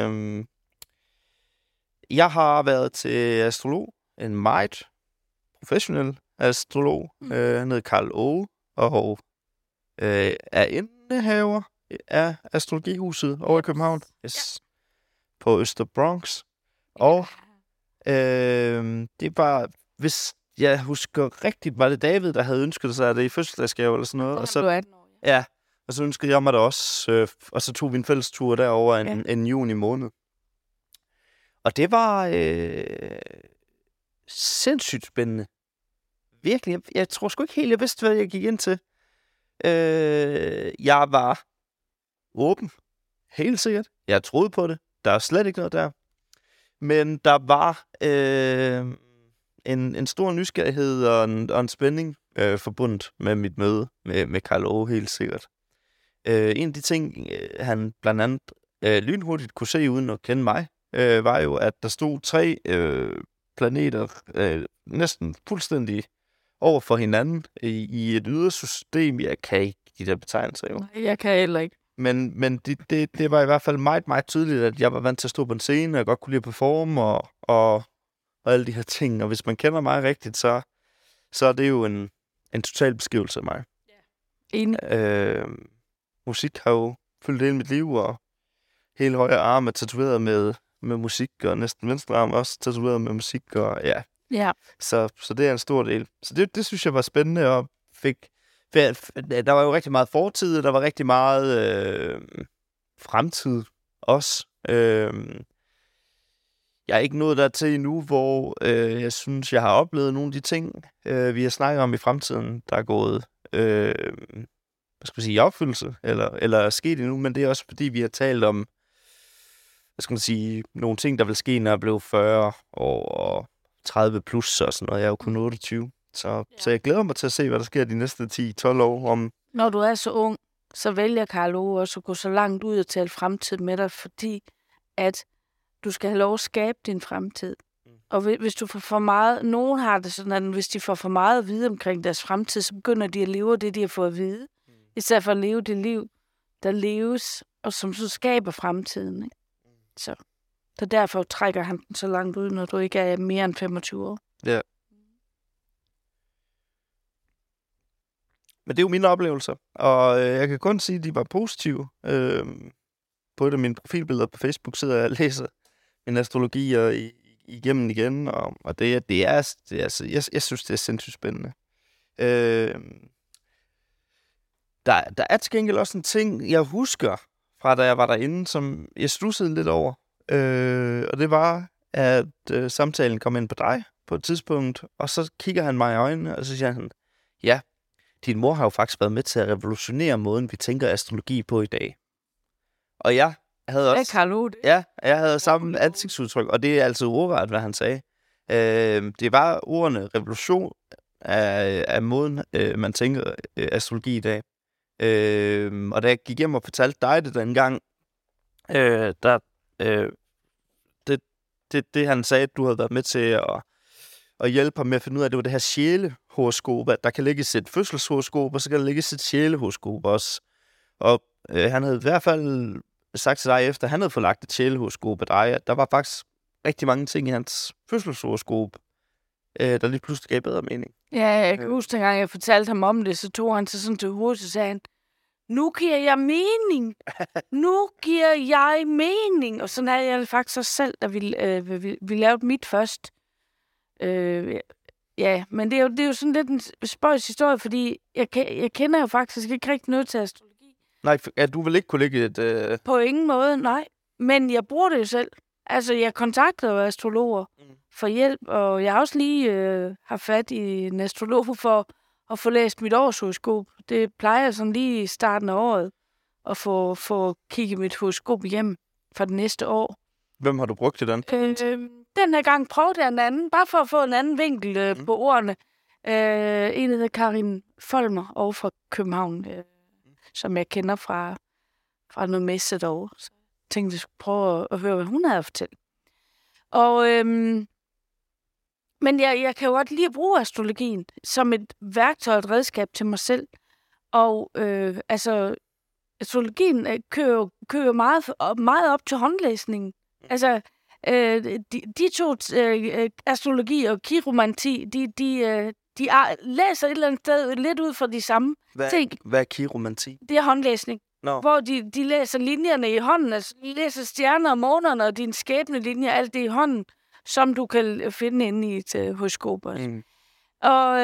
Speaker 1: jeg har været til astrolog, en meget professionel astrolog. Han hedder Karl Åge, og er indehaver af Astrologihuset over i København. Yes. På Østerbronx. Og det var, hvis jeg husker rigtigt, var det David, der havde ønsket sig det i fødselsdagsgave eller sådan noget. Og så, ja, og så ønskede jeg mig det også. Og så tog vi en fælles tur derover en juni måned. Og det var sindssygt spændende. Virkelig. Jeg tror sgu ikke helt, jeg vidste, hvad jeg gik ind til. Jeg var åben. Helt sikkert. Jeg troede på det. Der er slet ikke noget der. Men der var en stor nysgerrighed og en spænding forbundet med mit møde med Karl Åge, helt sikkert. En af de ting, han blandt andet lynhurtigt kunne se uden at kende mig, var jo, at der stod 3 planeter næsten fuldstændig over for hinanden i et ydersystem. Jeg kan ikke de der betegnelser jo.
Speaker 2: Nej, jeg kan heller ikke.
Speaker 1: Men det var i hvert fald meget, meget tydeligt, at jeg var vant til at stå på en scene, og jeg godt kunne lide at performe og alle de her ting. Og hvis man kender mig rigtigt, så er det jo en total beskrivelse af mig.
Speaker 2: Enig.
Speaker 1: Musik har jo fyldt hele mit liv, og hele højre arm er tatoveret med musik, og næsten venstre arm også tatoveret med musik, og ja. Så det er en stor del. Så det synes jeg var spændende, og der var jo rigtig meget fortid, der var rigtig meget fremtid også. Jeg er ikke nået dertil endnu, hvor jeg synes, jeg har oplevet nogle af de ting, vi har snakket om i fremtiden, der er gået i opfyldelse, eller er sket endnu, men det er også fordi, vi har talt om nogle ting, der vil ske, når jeg blev 40 og 30 plus og sådan noget. Jeg er jo kun 28. Så jeg glæder mig til at se, hvad der sker de næste 10-12 år.
Speaker 2: Når du er så ung, så vælger Karl Åge også at gå så langt ud og tale fremtid med dig, fordi at du skal have lov at skabe din fremtid. Og hvis du får for meget... Nogen har det sådan, at hvis de får for meget at vide omkring deres fremtid, så begynder de at leve det, de har fået at vide. I stedet for at leve det liv, der leves, og som så skaber fremtiden. Ikke? Så derfor trækker han den så langt ud, når du ikke er mere end 25 år.
Speaker 1: Ja. Men det er jo mine oplevelser, og jeg kan kun sige, at de var positive. På et af mine profilbilleder på Facebook sidder jeg og læser min astrologi igennem igen, og det er jeg synes, det er sindssygt spændende. Der er til gengæld også en ting, jeg husker fra da jeg var derinde, som jeg stussede lidt over. Og det var, at samtalen kom ind på dig på et tidspunkt, og så kigger han mig i øjnene, og så siger han, ja, din mor har jo faktisk været med til at revolutionere måden, vi tænker astrologi på i dag. Og jeg havde også... Ja, jeg havde samme ansigtsudtryk, og det er altså ordret, hvad han sagde. Det var ordene revolution af måden, man tænker astrologi i dag. Og da jeg gik hjem og fortalte dig det dengang, det han sagde, at du havde været med til at hjælpe ham med at finde ud af, det var det her sjælehoroskop, at der kan lægges et fødselshoroskop, og så kan der lægges et sjælehoroskop også. Og han havde i hvert fald sagt til dig, efter han havde fået lagt et sjælehoroskop af dig, at der var faktisk rigtig mange ting i hans fødselshoroskop, der lige pludselig gav bedre mening.
Speaker 2: Ja, jeg kan huske, dengang jeg fortalte ham om det, så tog han sig sådan til hovedet, så sagde han, nu giver jeg mening. Nu giver jeg mening. Og sådan havde jeg det faktisk også selv, da vi lavede mit først. Ja, men det er jo sådan lidt en spøjs historie, fordi jeg kender jo faktisk ikke rigtig noget til astrologi.
Speaker 1: Nej, du vil ikke kunne lægge et...
Speaker 2: På ingen måde, nej. Men jeg bruger det jo selv. Altså, jeg kontakter jo astrologer for hjælp, og jeg har også lige haft fat i en astrolog for at få læst mit årshoroskop. Det plejer jeg sådan lige i starten af året at få kigget mit horoskop hjem for det næste år.
Speaker 1: Hvem har du brugt til den?
Speaker 2: Den her gang prøvede jeg en anden, bare for at få en anden vinkel på ordene. En hedder Karin Folmer over fra København, som jeg kender fra noget messe derovre. Så jeg tænkte, jeg skulle prøve at høre, hvad hun havde at fortælle. Og, men jeg kan jo godt lide at bruge astrologien som et værktøj, et redskab til mig selv. Og altså, astrologien kører meget op til håndlæsningen. Altså, de to, astrologi og kiromanti, de læser et eller andet sted lidt ud fra de samme ting.
Speaker 1: Hvad er kiromanti?
Speaker 2: Det er håndlæsning.
Speaker 1: No.
Speaker 2: Hvor de læser linjerne i hånden, altså de læser stjerner og månerne og dine skæbnelinjer, alt det i hånden, som du kan finde inde i et horoskop. Mm. Og,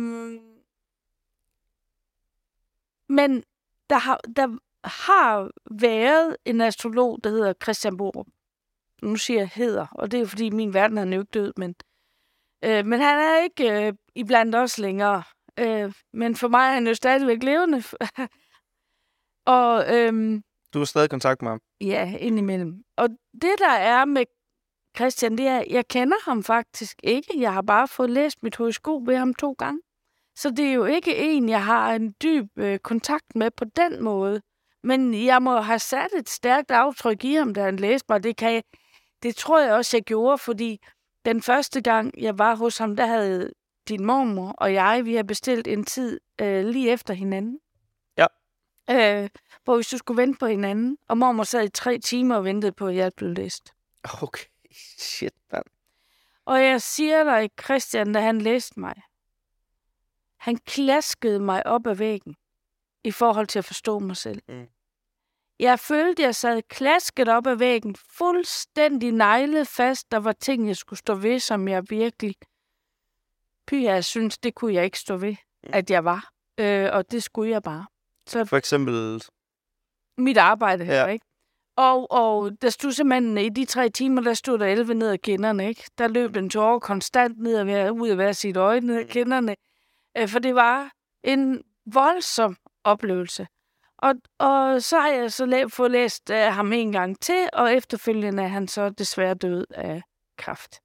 Speaker 2: men der har været en astrolog, der hedder Christian Borup. Nu siger jeg hedder, og det er fordi min verden er jo ikke død, men han er ikke iblandt os længere. Men for mig er han jo stadigvæk levende. Og,
Speaker 1: du har stadig kontakt med ham?
Speaker 2: Ja, indimellem. Og det, der er med Christian, det er, jeg kender ham faktisk ikke. Jeg har bare fået læst mit horoskop ved ham 2 gange. Så det er jo ikke en, jeg har en dyb kontakt med på den måde. Men jeg må have sat et stærkt aftryk i ham, da han læste mig. Det tror jeg også, jeg gjorde, fordi den første gang, jeg var hos ham, der havde din mormor og vi har bestilt en tid lige efter hinanden.
Speaker 1: Ja.
Speaker 2: Hvor vi skulle vente på hinanden. Og mormor sad i 3 timer og ventede på, at jeg blev læst.
Speaker 1: Okay, shit, man.
Speaker 2: Og jeg siger dig, Christian, da han læste mig, han klaskede mig op ad væggen i forhold til at forstå mig selv. Mm. Jeg følte, jeg sad klasket op ad væggen, fuldstændig neglet fast. Der var ting, jeg skulle stå ved, som jeg virkelig... jeg synes, det kunne jeg ikke stå ved, at jeg var. Og det skulle jeg bare. Så
Speaker 1: for eksempel...
Speaker 2: Mit arbejde her, ikke? Og der stod simpelthen, i de 3 timer, der stod der 11 ned ad kinderne, ikke? Der løb en tårer konstant ud af hver sit øje ned ad kinderne. For det var en voldsom oplevelse. Og så har jeg så fået læst ham en gang til, og efterfølgende er han så desværre død af kræft.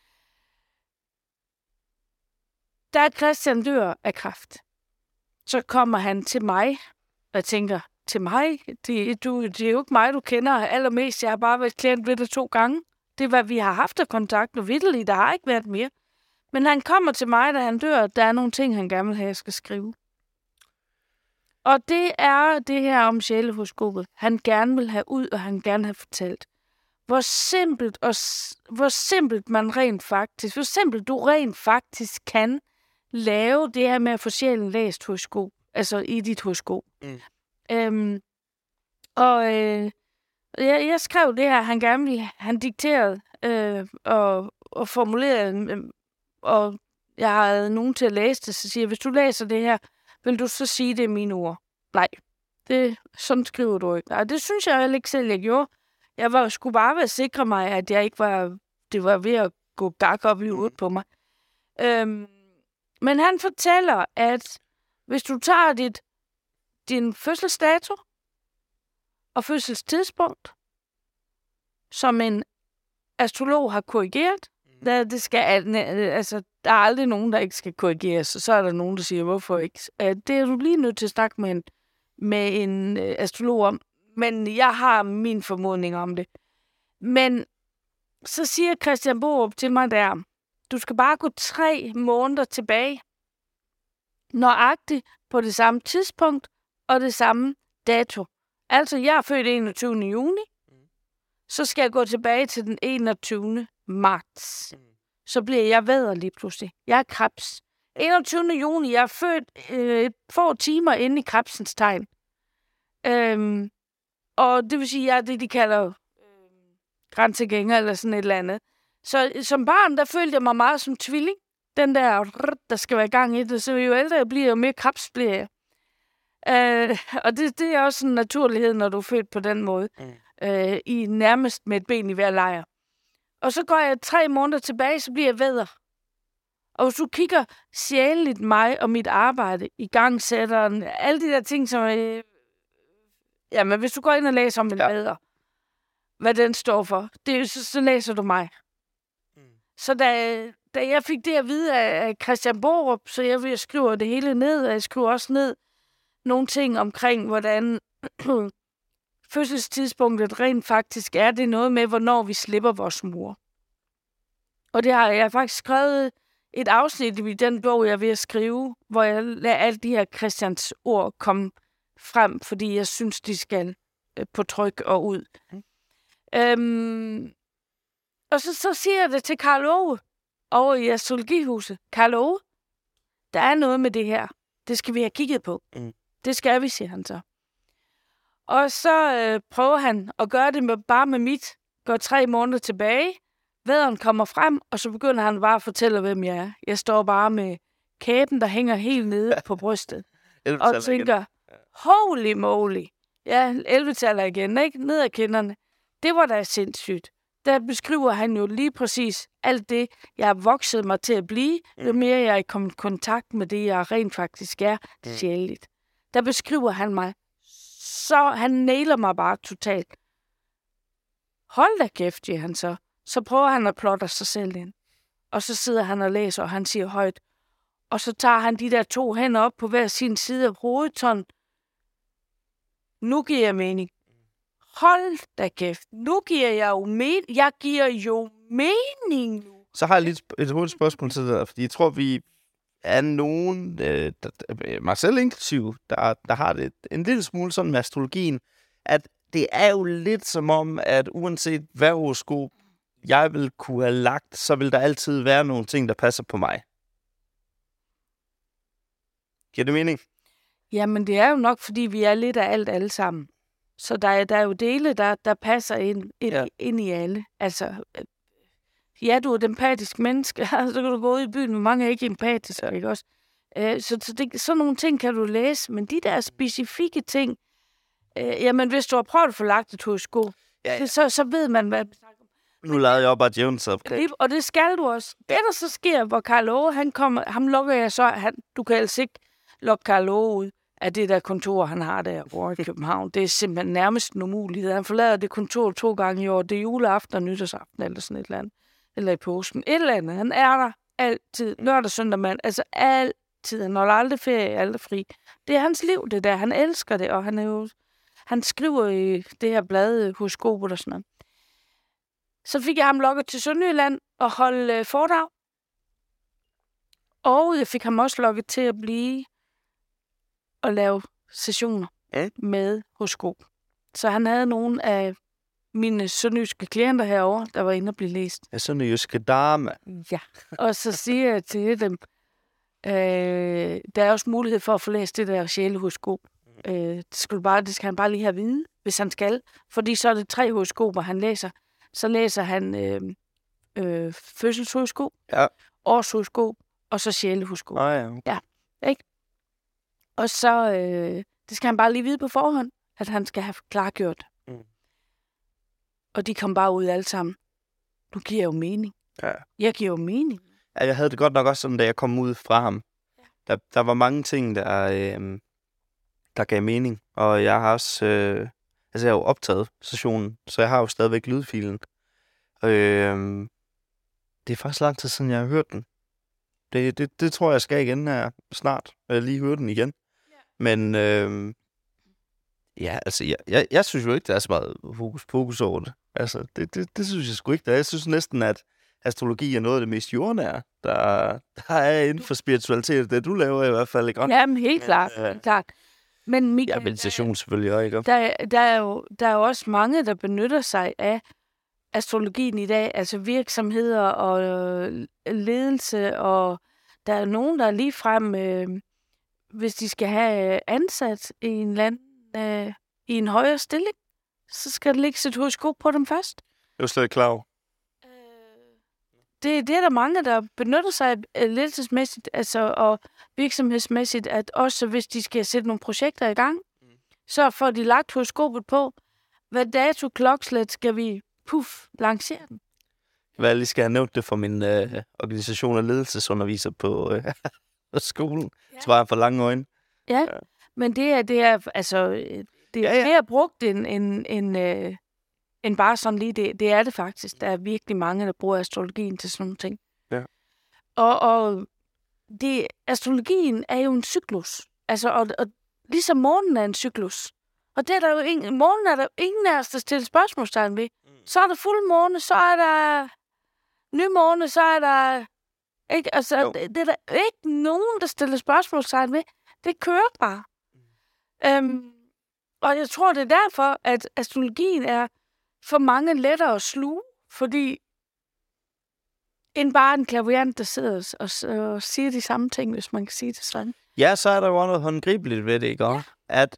Speaker 2: Da Christian dør af kræft, så kommer han til mig, og jeg tænker, til mig? Det er jo ikke mig, du kender allermest. Jeg har bare været klient ved det 2 gange. Det er, hvad vi har haft af kontakt, og vitterligt, der har ikke været mere. Men han kommer til mig, da han dør, der er nogle ting, han gerne vil have, jeg skal skrive. Og det er det her om sjælehoroskopet. Han gerne vil have ud, og han gerne have fortalt. Hvor simpelt man rent faktisk, hvor simpelt du rent faktisk kan lave det her med at få sjælen læst horoskop, altså i dit horoskop. Mm. Jeg skrev det her, han gerne ville, han dikterede og formulerede, og jeg havde nogen til at læse det, så siger jeg, hvis du læser det her, vil du så sige det i mine ord? Nej, sådan skriver du ikke. Nej, det synes jeg heller ikke selv, jeg gjorde. Jeg skulle bare være sikre mig, at jeg ikke det var ved at gå gak op i hovedet på mig. Men han fortæller, at hvis du tager din fødselsdato og fødselstidspunkt, som en astrolog har korrigeret, der er aldrig nogen, der ikke skal korrigeres, så er der nogen, der siger, hvorfor ikke? Det er du lige nødt til at snakke med en astrolog om, men jeg har min formodning om det. Men så siger Christian Borup til mig der, du skal bare gå 3 måneder tilbage, nøjagtigt på det samme tidspunkt og det samme dato. Altså, jeg er født 21. juni, så skal jeg gå tilbage til den 21. marts. Så bliver jeg vædder lige pludselig. Jeg er krebs. 21. juni, jeg er født få timer inde i krebsens tegn. Og det vil sige, jeg er det, de kalder grænsegænger eller sådan et eller andet. Så som barn, der følte jeg mig meget som tvilling. Den der skal være gang i det. Så jo ældre jeg bliver, jo mere krebs bliver jeg. Og det er også en naturlighed, når du er født på den måde. I nærmest med et ben i hver lejr. Og så går jeg 3 måneder tilbage, så bliver jeg vædder. Og hvis du kigger sjæleligt mig og mit arbejde i gangsætteren, alle de der ting, som... men hvis du går ind og læser om en vædder, hvad den står for, så læser du mig. Så da jeg fik det at vide af Christian Borup, så jeg skriver det hele ned, og jeg skriver også ned nogle ting omkring, hvordan fødselstidspunktet rent faktisk er. Det er noget med, hvornår vi slipper vores mor. Og det har jeg faktisk skrevet et afsnit i den bog, jeg er ved at skrive, hvor jeg lader alle de her Christians ord komme frem, fordi jeg synes, de skal på tryk og ud. Og så siger jeg det til Karl Ove over i astrologihuset. Karl Ove, der er noget med det her. Det skal vi have kigget på. Det skal vi, siger han så. Og så prøver han at gøre det bare med mit. Går 3 måneder tilbage. Vædderen kommer frem, og så begynder han bare at fortælle, hvem jeg er. Jeg står bare med kæben, der hænger helt nede på brystet. Og tænker, holy moly. Ja, 11-taller igen, ikke? Ned ad kinderne. Det var da sindssygt. Der beskriver han jo lige præcis alt det, jeg har vokset mig til at blive, jo mere jeg er kommet i kontakt med det, jeg rent faktisk er sjældent. Der beskriver han mig, så han nailer mig bare totalt. Hold da kæft, siger han så. Så prøver han at plotte sig selv ind. Og så sidder han og læser, og han siger højt. Og så tager han de der 2 hænder op på hver sin side af hovedtånden. Nu giver jeg mening. Hold da kæft. Nu giver jeg jo mening. Jeg giver jo mening nu.
Speaker 1: Så har jeg lige et hurtigt spørgsmål til dig, fordi jeg tror, vi er nogen, mig selv inklusiv, der har det en lille smule sådan med astrologien, at det er jo lidt som om, at uanset hvad horoskop jeg vil kunne have lagt, så vil der altid være nogle ting, der passer på mig. Giver det mening?
Speaker 2: Jamen, det er jo nok, fordi vi er lidt af alt alle sammen. Så der er jo dele, der passer ind i alle. Altså, ja, du er et empatisk menneske, så kan du gå ud i byen, men mange er ikke empatiske, ikke også? Sådan nogle ting kan du læse, men de der specifikke ting, jamen, hvis du har prøvet at få lagt et horoskop, så ved man, hvad det snakker om.
Speaker 1: Nu lavede jeg bare djævnens opgave.
Speaker 2: Og det skal du også. Det, der så sker, hvor Karl Ove, han kommer, ham lukker jeg så, du kan altså ikke lukke Karl Ove ud af det der kontor, han har der over i København. Det er simpelthen nærmest en umulighed. Han forlader det kontor 2 gange i år. Det er juleaften og nytårsaften, eller sådan et eller andet. Eller i påsken. Et eller andet. Han er der altid. Lørdag, søndag, mand. Altså altid. Han holder aldrig ferie, aldrig fri. Det er hans liv, det der. Han elsker det, og han skriver i det her blad, horoskopet og sådan noget. Så fik jeg ham lukket til Sønderjylland og holde foredrag. Og jeg fik ham også lukket til at blive og lave sessioner med horoskop. Så han havde nogle af mine sønderjyske klienter herovre, der var inde og blive læst.
Speaker 1: Ja, sønderjyske dame.
Speaker 2: Ja, og så siger jeg til dem, der er også mulighed for at få læst det der sjælehoroskop. Det skal han bare lige have at vide, hvis han skal. Fordi så er det 3 horoskoper, han læser. Så læser han fødselshoroskop, årshoroskop, og så sjælehoroskop. Ja, ikke? Og så, det skal han bare lige vide på forhånd, at han skal have klargjort. Og de kom bare ud alle sammen. Nu giver jeg jo mening.
Speaker 1: Ja.
Speaker 2: Jeg giver jo mening.
Speaker 1: Ja, jeg havde det godt nok også sådan, da jeg kom ud fra ham. Ja. Der var mange ting, der gav mening. Og jeg har også... jeg har jo optaget sessionen, så jeg har jo stadigvæk lydfilen. Det er faktisk lang tid siden, jeg har hørt den. Det tror jeg skal igen her snart. Jeg lige høre den igen. Ja. Men altså, jeg synes jo ikke, der er så meget fokus over det. Altså, det synes jeg sgu ikke. Jeg synes næsten, at astrologi er noget af det mest jordnære, der er inden for spiritualitet. Det du laver i hvert fald, ikke?
Speaker 2: Jamen, helt klart. Klart. Men Michael,
Speaker 1: meditation selvfølgelig også, ikke?
Speaker 2: Der er jo også mange, der benytter sig af astrologien i dag, altså virksomheder og ledelse, og der er nogen, der er ligefrem, hvis de skal have ansat i en land i en højere stilling, så skal der ligge sit horoskop på dem først.
Speaker 1: Det er jo slet klar over.
Speaker 2: Det er der mange, der benytter sig af ledelsesmæssigt altså, og virksomhedsmæssigt, at også hvis de skal sætte nogle projekter i gang, så får de lagt horoskopet på, hvad dato klokslet skal vi lancere den.
Speaker 1: Jeg lige skal have nævnt det for min organisation af ledelsesunderviser på skolen. Ja. Så var jeg for lange øjne.
Speaker 2: Ja, men det er altså, det er mere brugt end bare sådan lige det. Det er det faktisk. Der er virkelig mange, der bruger astrologien til sådan nogle ting.
Speaker 1: Ja.
Speaker 2: Og astrologien er jo en cyklus. Altså, og ligesom månen er en cyklus. Og det er der jo månen er der ingen af os, der stiller spørgsmålstegn ved. Så er der fuld måne, så er der ny måne, så er der... Ikke? Altså, det er der ikke nogen, der stiller spørgsmålstegn ved. Det kører bare. Og jeg tror, det er derfor, at astrologien er for mange lettere at sluge, fordi end bare en clairvoyant, der sidder og siger de samme ting, hvis man kan sige det sådan.
Speaker 1: Ja, så er der jo noget håndgribeligt ved det, ikke? Ja. At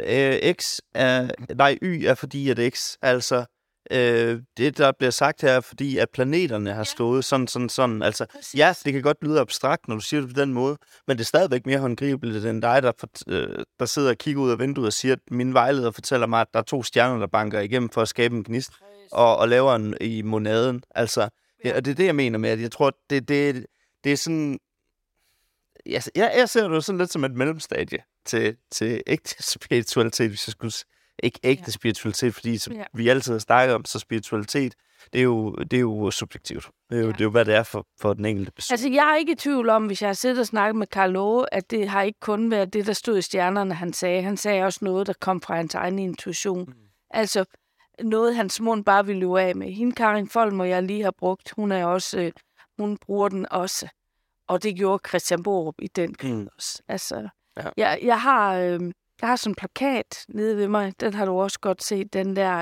Speaker 1: Y er fordi, at X, altså det, der bliver sagt her, er fordi, at planeterne har stået sådan. Altså, præcis. Ja, det kan godt lyde abstrakt, når du siger det på den måde, men det er stadigvæk mere håndgribeligt end dig, der sidder og kigger ud af vinduet og siger, at min vejleder fortæller mig, at der er 2 stjerner, der banker igennem for at skabe en gnist, og laver en i monaden. Altså, ja, og det er det, jeg mener med, at jeg tror, det er sådan... Jeg ser det jo sådan lidt som et mellemstadie til ægte spiritualitet, hvis jeg skulle ikke ægte spiritualitet, fordi vi altid har snakket om, så spiritualitet, det er jo subjektivt. Det er jo, hvad det er for den enkelte person.
Speaker 2: Altså, jeg er ikke i tvivl om, hvis jeg har siddet og snakket med Karl Ove, at det har ikke kun været det, der stod i stjernerne, han sagde. Han sagde også noget, der kom fra hans egen intuition. Altså, noget hans mund bare ville løbe af med. Hende Karin Folmer, jeg lige har brugt, hun bruger den også. Og det gjorde Christian Borup i den krig også. Altså, jeg har sådan en plakat nede ved mig. Den har du også godt set. Den der,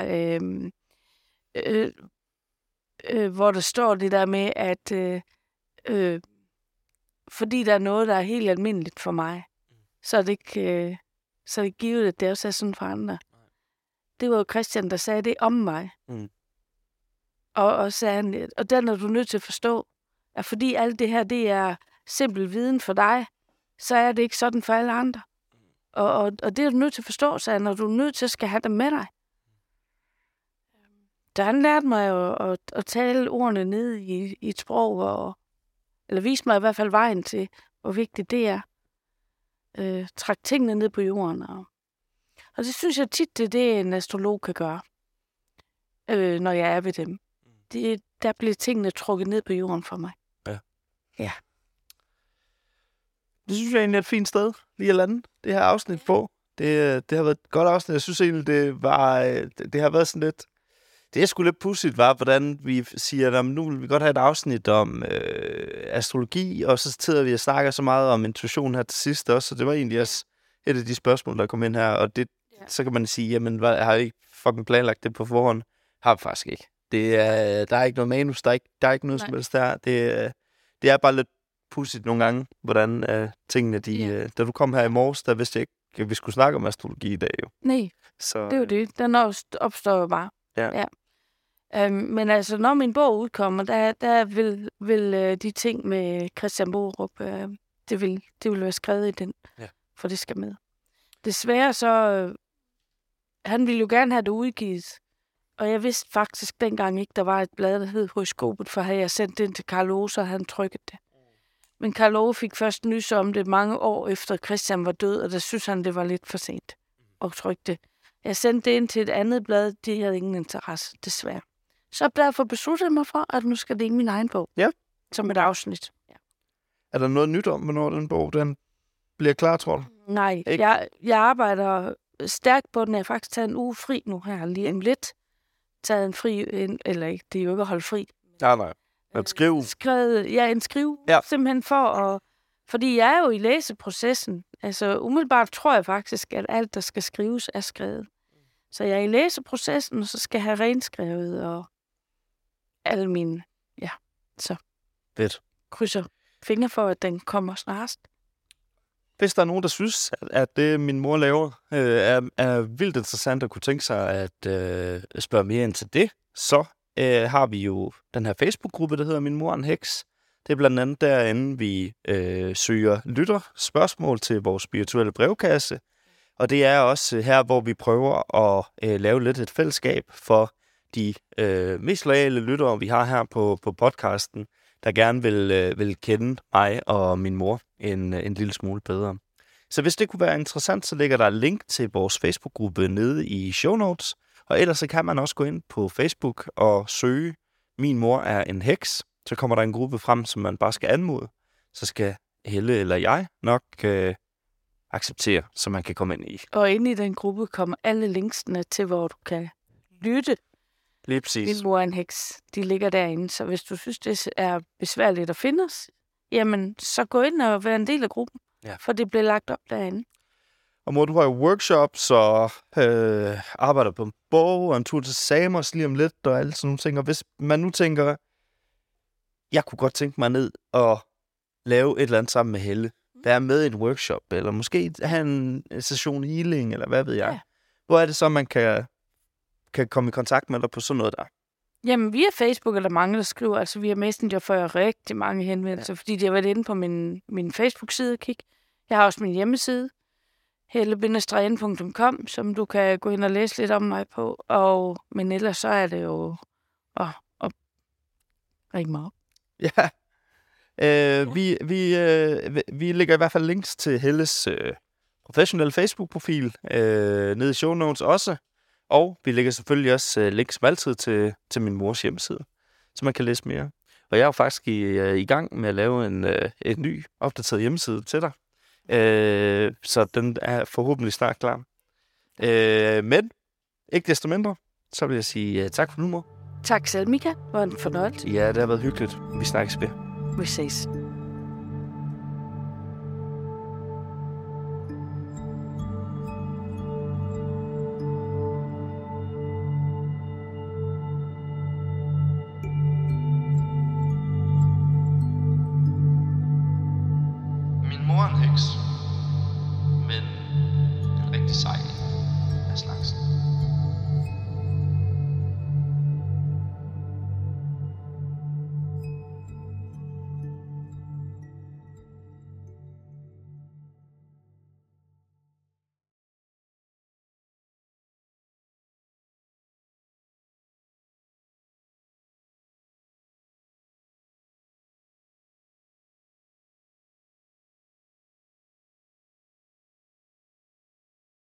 Speaker 2: hvor der står det der med, at fordi der er noget, der er helt almindeligt for mig, så er det ikke så er det givet, at det også er sådan for andre. Det var jo Christian, der sagde det om mig. Og sagde han, og den er du nødt til at forstå, at fordi alt det her, det er simpel viden for dig, så er det ikke sådan for alle andre. Og det er du nødt til at forstå, så når du er nødt til at skal have dem med dig. Da han lærte mig jo at tale ordene ned i et sprog, eller viste mig i hvert fald vejen til, hvor vigtigt det er. Træk tingene ned på jorden. Og det synes jeg tit, det er det, en astrolog kan gøre, når jeg er ved dem. Der bliver tingene trukket ned på jorden for mig. Ja.
Speaker 1: Det synes jeg egentlig er et fint sted, lige at lande det her afsnit på. Det har været et godt afsnit. Jeg synes egentlig, det har været sådan lidt... Det er sgu lidt pudsigt, var, hvordan vi siger, at nu vil vi godt have et afsnit om astrologi, og så sidder vi og snakker så meget om intuition her til sidst også, så det var egentlig også et af de spørgsmål, der kom ind her, og så kan man sige, jamen, har I ikke fucking planlagt det på forhånd? Har vi faktisk ikke. Der er ikke noget manus, der er ikke noget som helst der. Det er bare lidt pudsigt nogle gange, hvordan tingene, da du kom her i morges, der vidste jeg ikke, at vi skulle snakke om astrologi i dag jo.
Speaker 2: Nej, så, det er jo det. Den opstår jo bare. Ja. Men altså, når min bog udkommer, der vil de ting med Christian Borup, det vil være skrevet i den, for det skal med. Desværre så, han ville jo gerne have det udgivet, og jeg vidste faktisk dengang ikke, der var et blad, der hed Horoskopet, for havde jeg sendt det ind til Karl Ove, så havde han trykket det. Men Karl Ove fik først nys om det mange år efter Christian var død, og der synes han, det var lidt for sent at trykke det. Jeg sendte det ind til et andet blad, de havde ingen interesse, desværre. Så derfor besluttede jeg mig for, at nu skal det ikke min egen bog.
Speaker 1: Ja.
Speaker 2: Som et afsnit. Ja.
Speaker 1: Er der noget nyt om, hvornår den bog den bliver klar, tror du?
Speaker 2: Nej, jeg arbejder stærkt på den. Jeg har faktisk taget en uge fri nu her, lige om lidt. Taget en fri, eller ikke, det er jo ikke at holde fri.
Speaker 1: Nej. En skrive.
Speaker 2: En skrive, simpelthen fordi jeg er jo i læseprocessen. Altså umiddelbart tror jeg faktisk, at alt, der skal skrives, er skrevet. Så jeg er i læseprocessen, og så skal jeg have renskrevet, og alle mine, så
Speaker 1: fedt.
Speaker 2: Krydser fingre for, at den kommer snarest.
Speaker 1: Hvis der er nogen, der synes, at det, min mor laver, er vildt interessant at kunne tænke sig at spørge mere ind til det, så har vi jo den her Facebook-gruppe, der hedder Min Mor er en Heks. Det er blandt andet derinde, vi søger lytterspørgsmål til vores spirituelle brevkasse. Og det er også her, hvor vi prøver at lave lidt et fællesskab for de mest loyale lyttere, vi har her på podcasten, der gerne vil kende mig og min mor en lille smule bedre. Så hvis det kunne være interessant, så ligger der et link til vores Facebook-gruppe nede i show notes. Og ellers så kan man også gå ind på Facebook og søge Min Mor er en Heks. Så kommer der en gruppe frem, som man bare skal anmode. Så skal Helle eller jeg nok acceptere, så man kan komme ind i.
Speaker 2: Og inde i den gruppe kommer alle linksene til, hvor du kan lytte.
Speaker 1: Lige præcis.
Speaker 2: Min Mor er en Heks. De ligger derinde, så hvis du synes, det er besværligt at finde os, jamen så gå ind og vær en del af gruppen, for det bliver lagt op derinde.
Speaker 1: Og mor, du har jo workshops og arbejder på en bog og en tur til Samos lige om lidt og alle sådan nogle ting. Og hvis man nu tænker, jeg kunne godt tænke mig ned og lave et eller andet sammen med Helle. Være med i en workshop, eller måske have en session healing, eller hvad ved jeg. Ja. Hvor er det så, man kan komme i kontakt med dig på sådan noget der?
Speaker 2: Jamen, via Facebook er der mange, der skriver. Altså, via Messenger får jeg rigtig mange henvendelser, fordi de har været inde på min Facebook-side og kigge. Jeg har også min hjemmeside, helle-n.com, som du kan gå ind og læse lidt om mig på. Men ellers så er det jo at ringe mig op.
Speaker 1: Ja. Vi lægger i hvert fald links til Helles professionelle Facebook-profil nede i show notes også. Og vi lægger selvfølgelig også links som altid til min mors hjemmeside, så man kan læse mere. Og jeg er jo faktisk i gang med at lave en ny opdateret hjemmeside til dig. Så den er forhåbentlig snart klar. Men ikke desto mindre, så vil jeg sige tak for nu, mor.
Speaker 2: Tak selv, Mika. Det var en fornøjelse.
Speaker 1: Ja, det har været hyggeligt. Vi snakkes ved.
Speaker 2: Vi ses.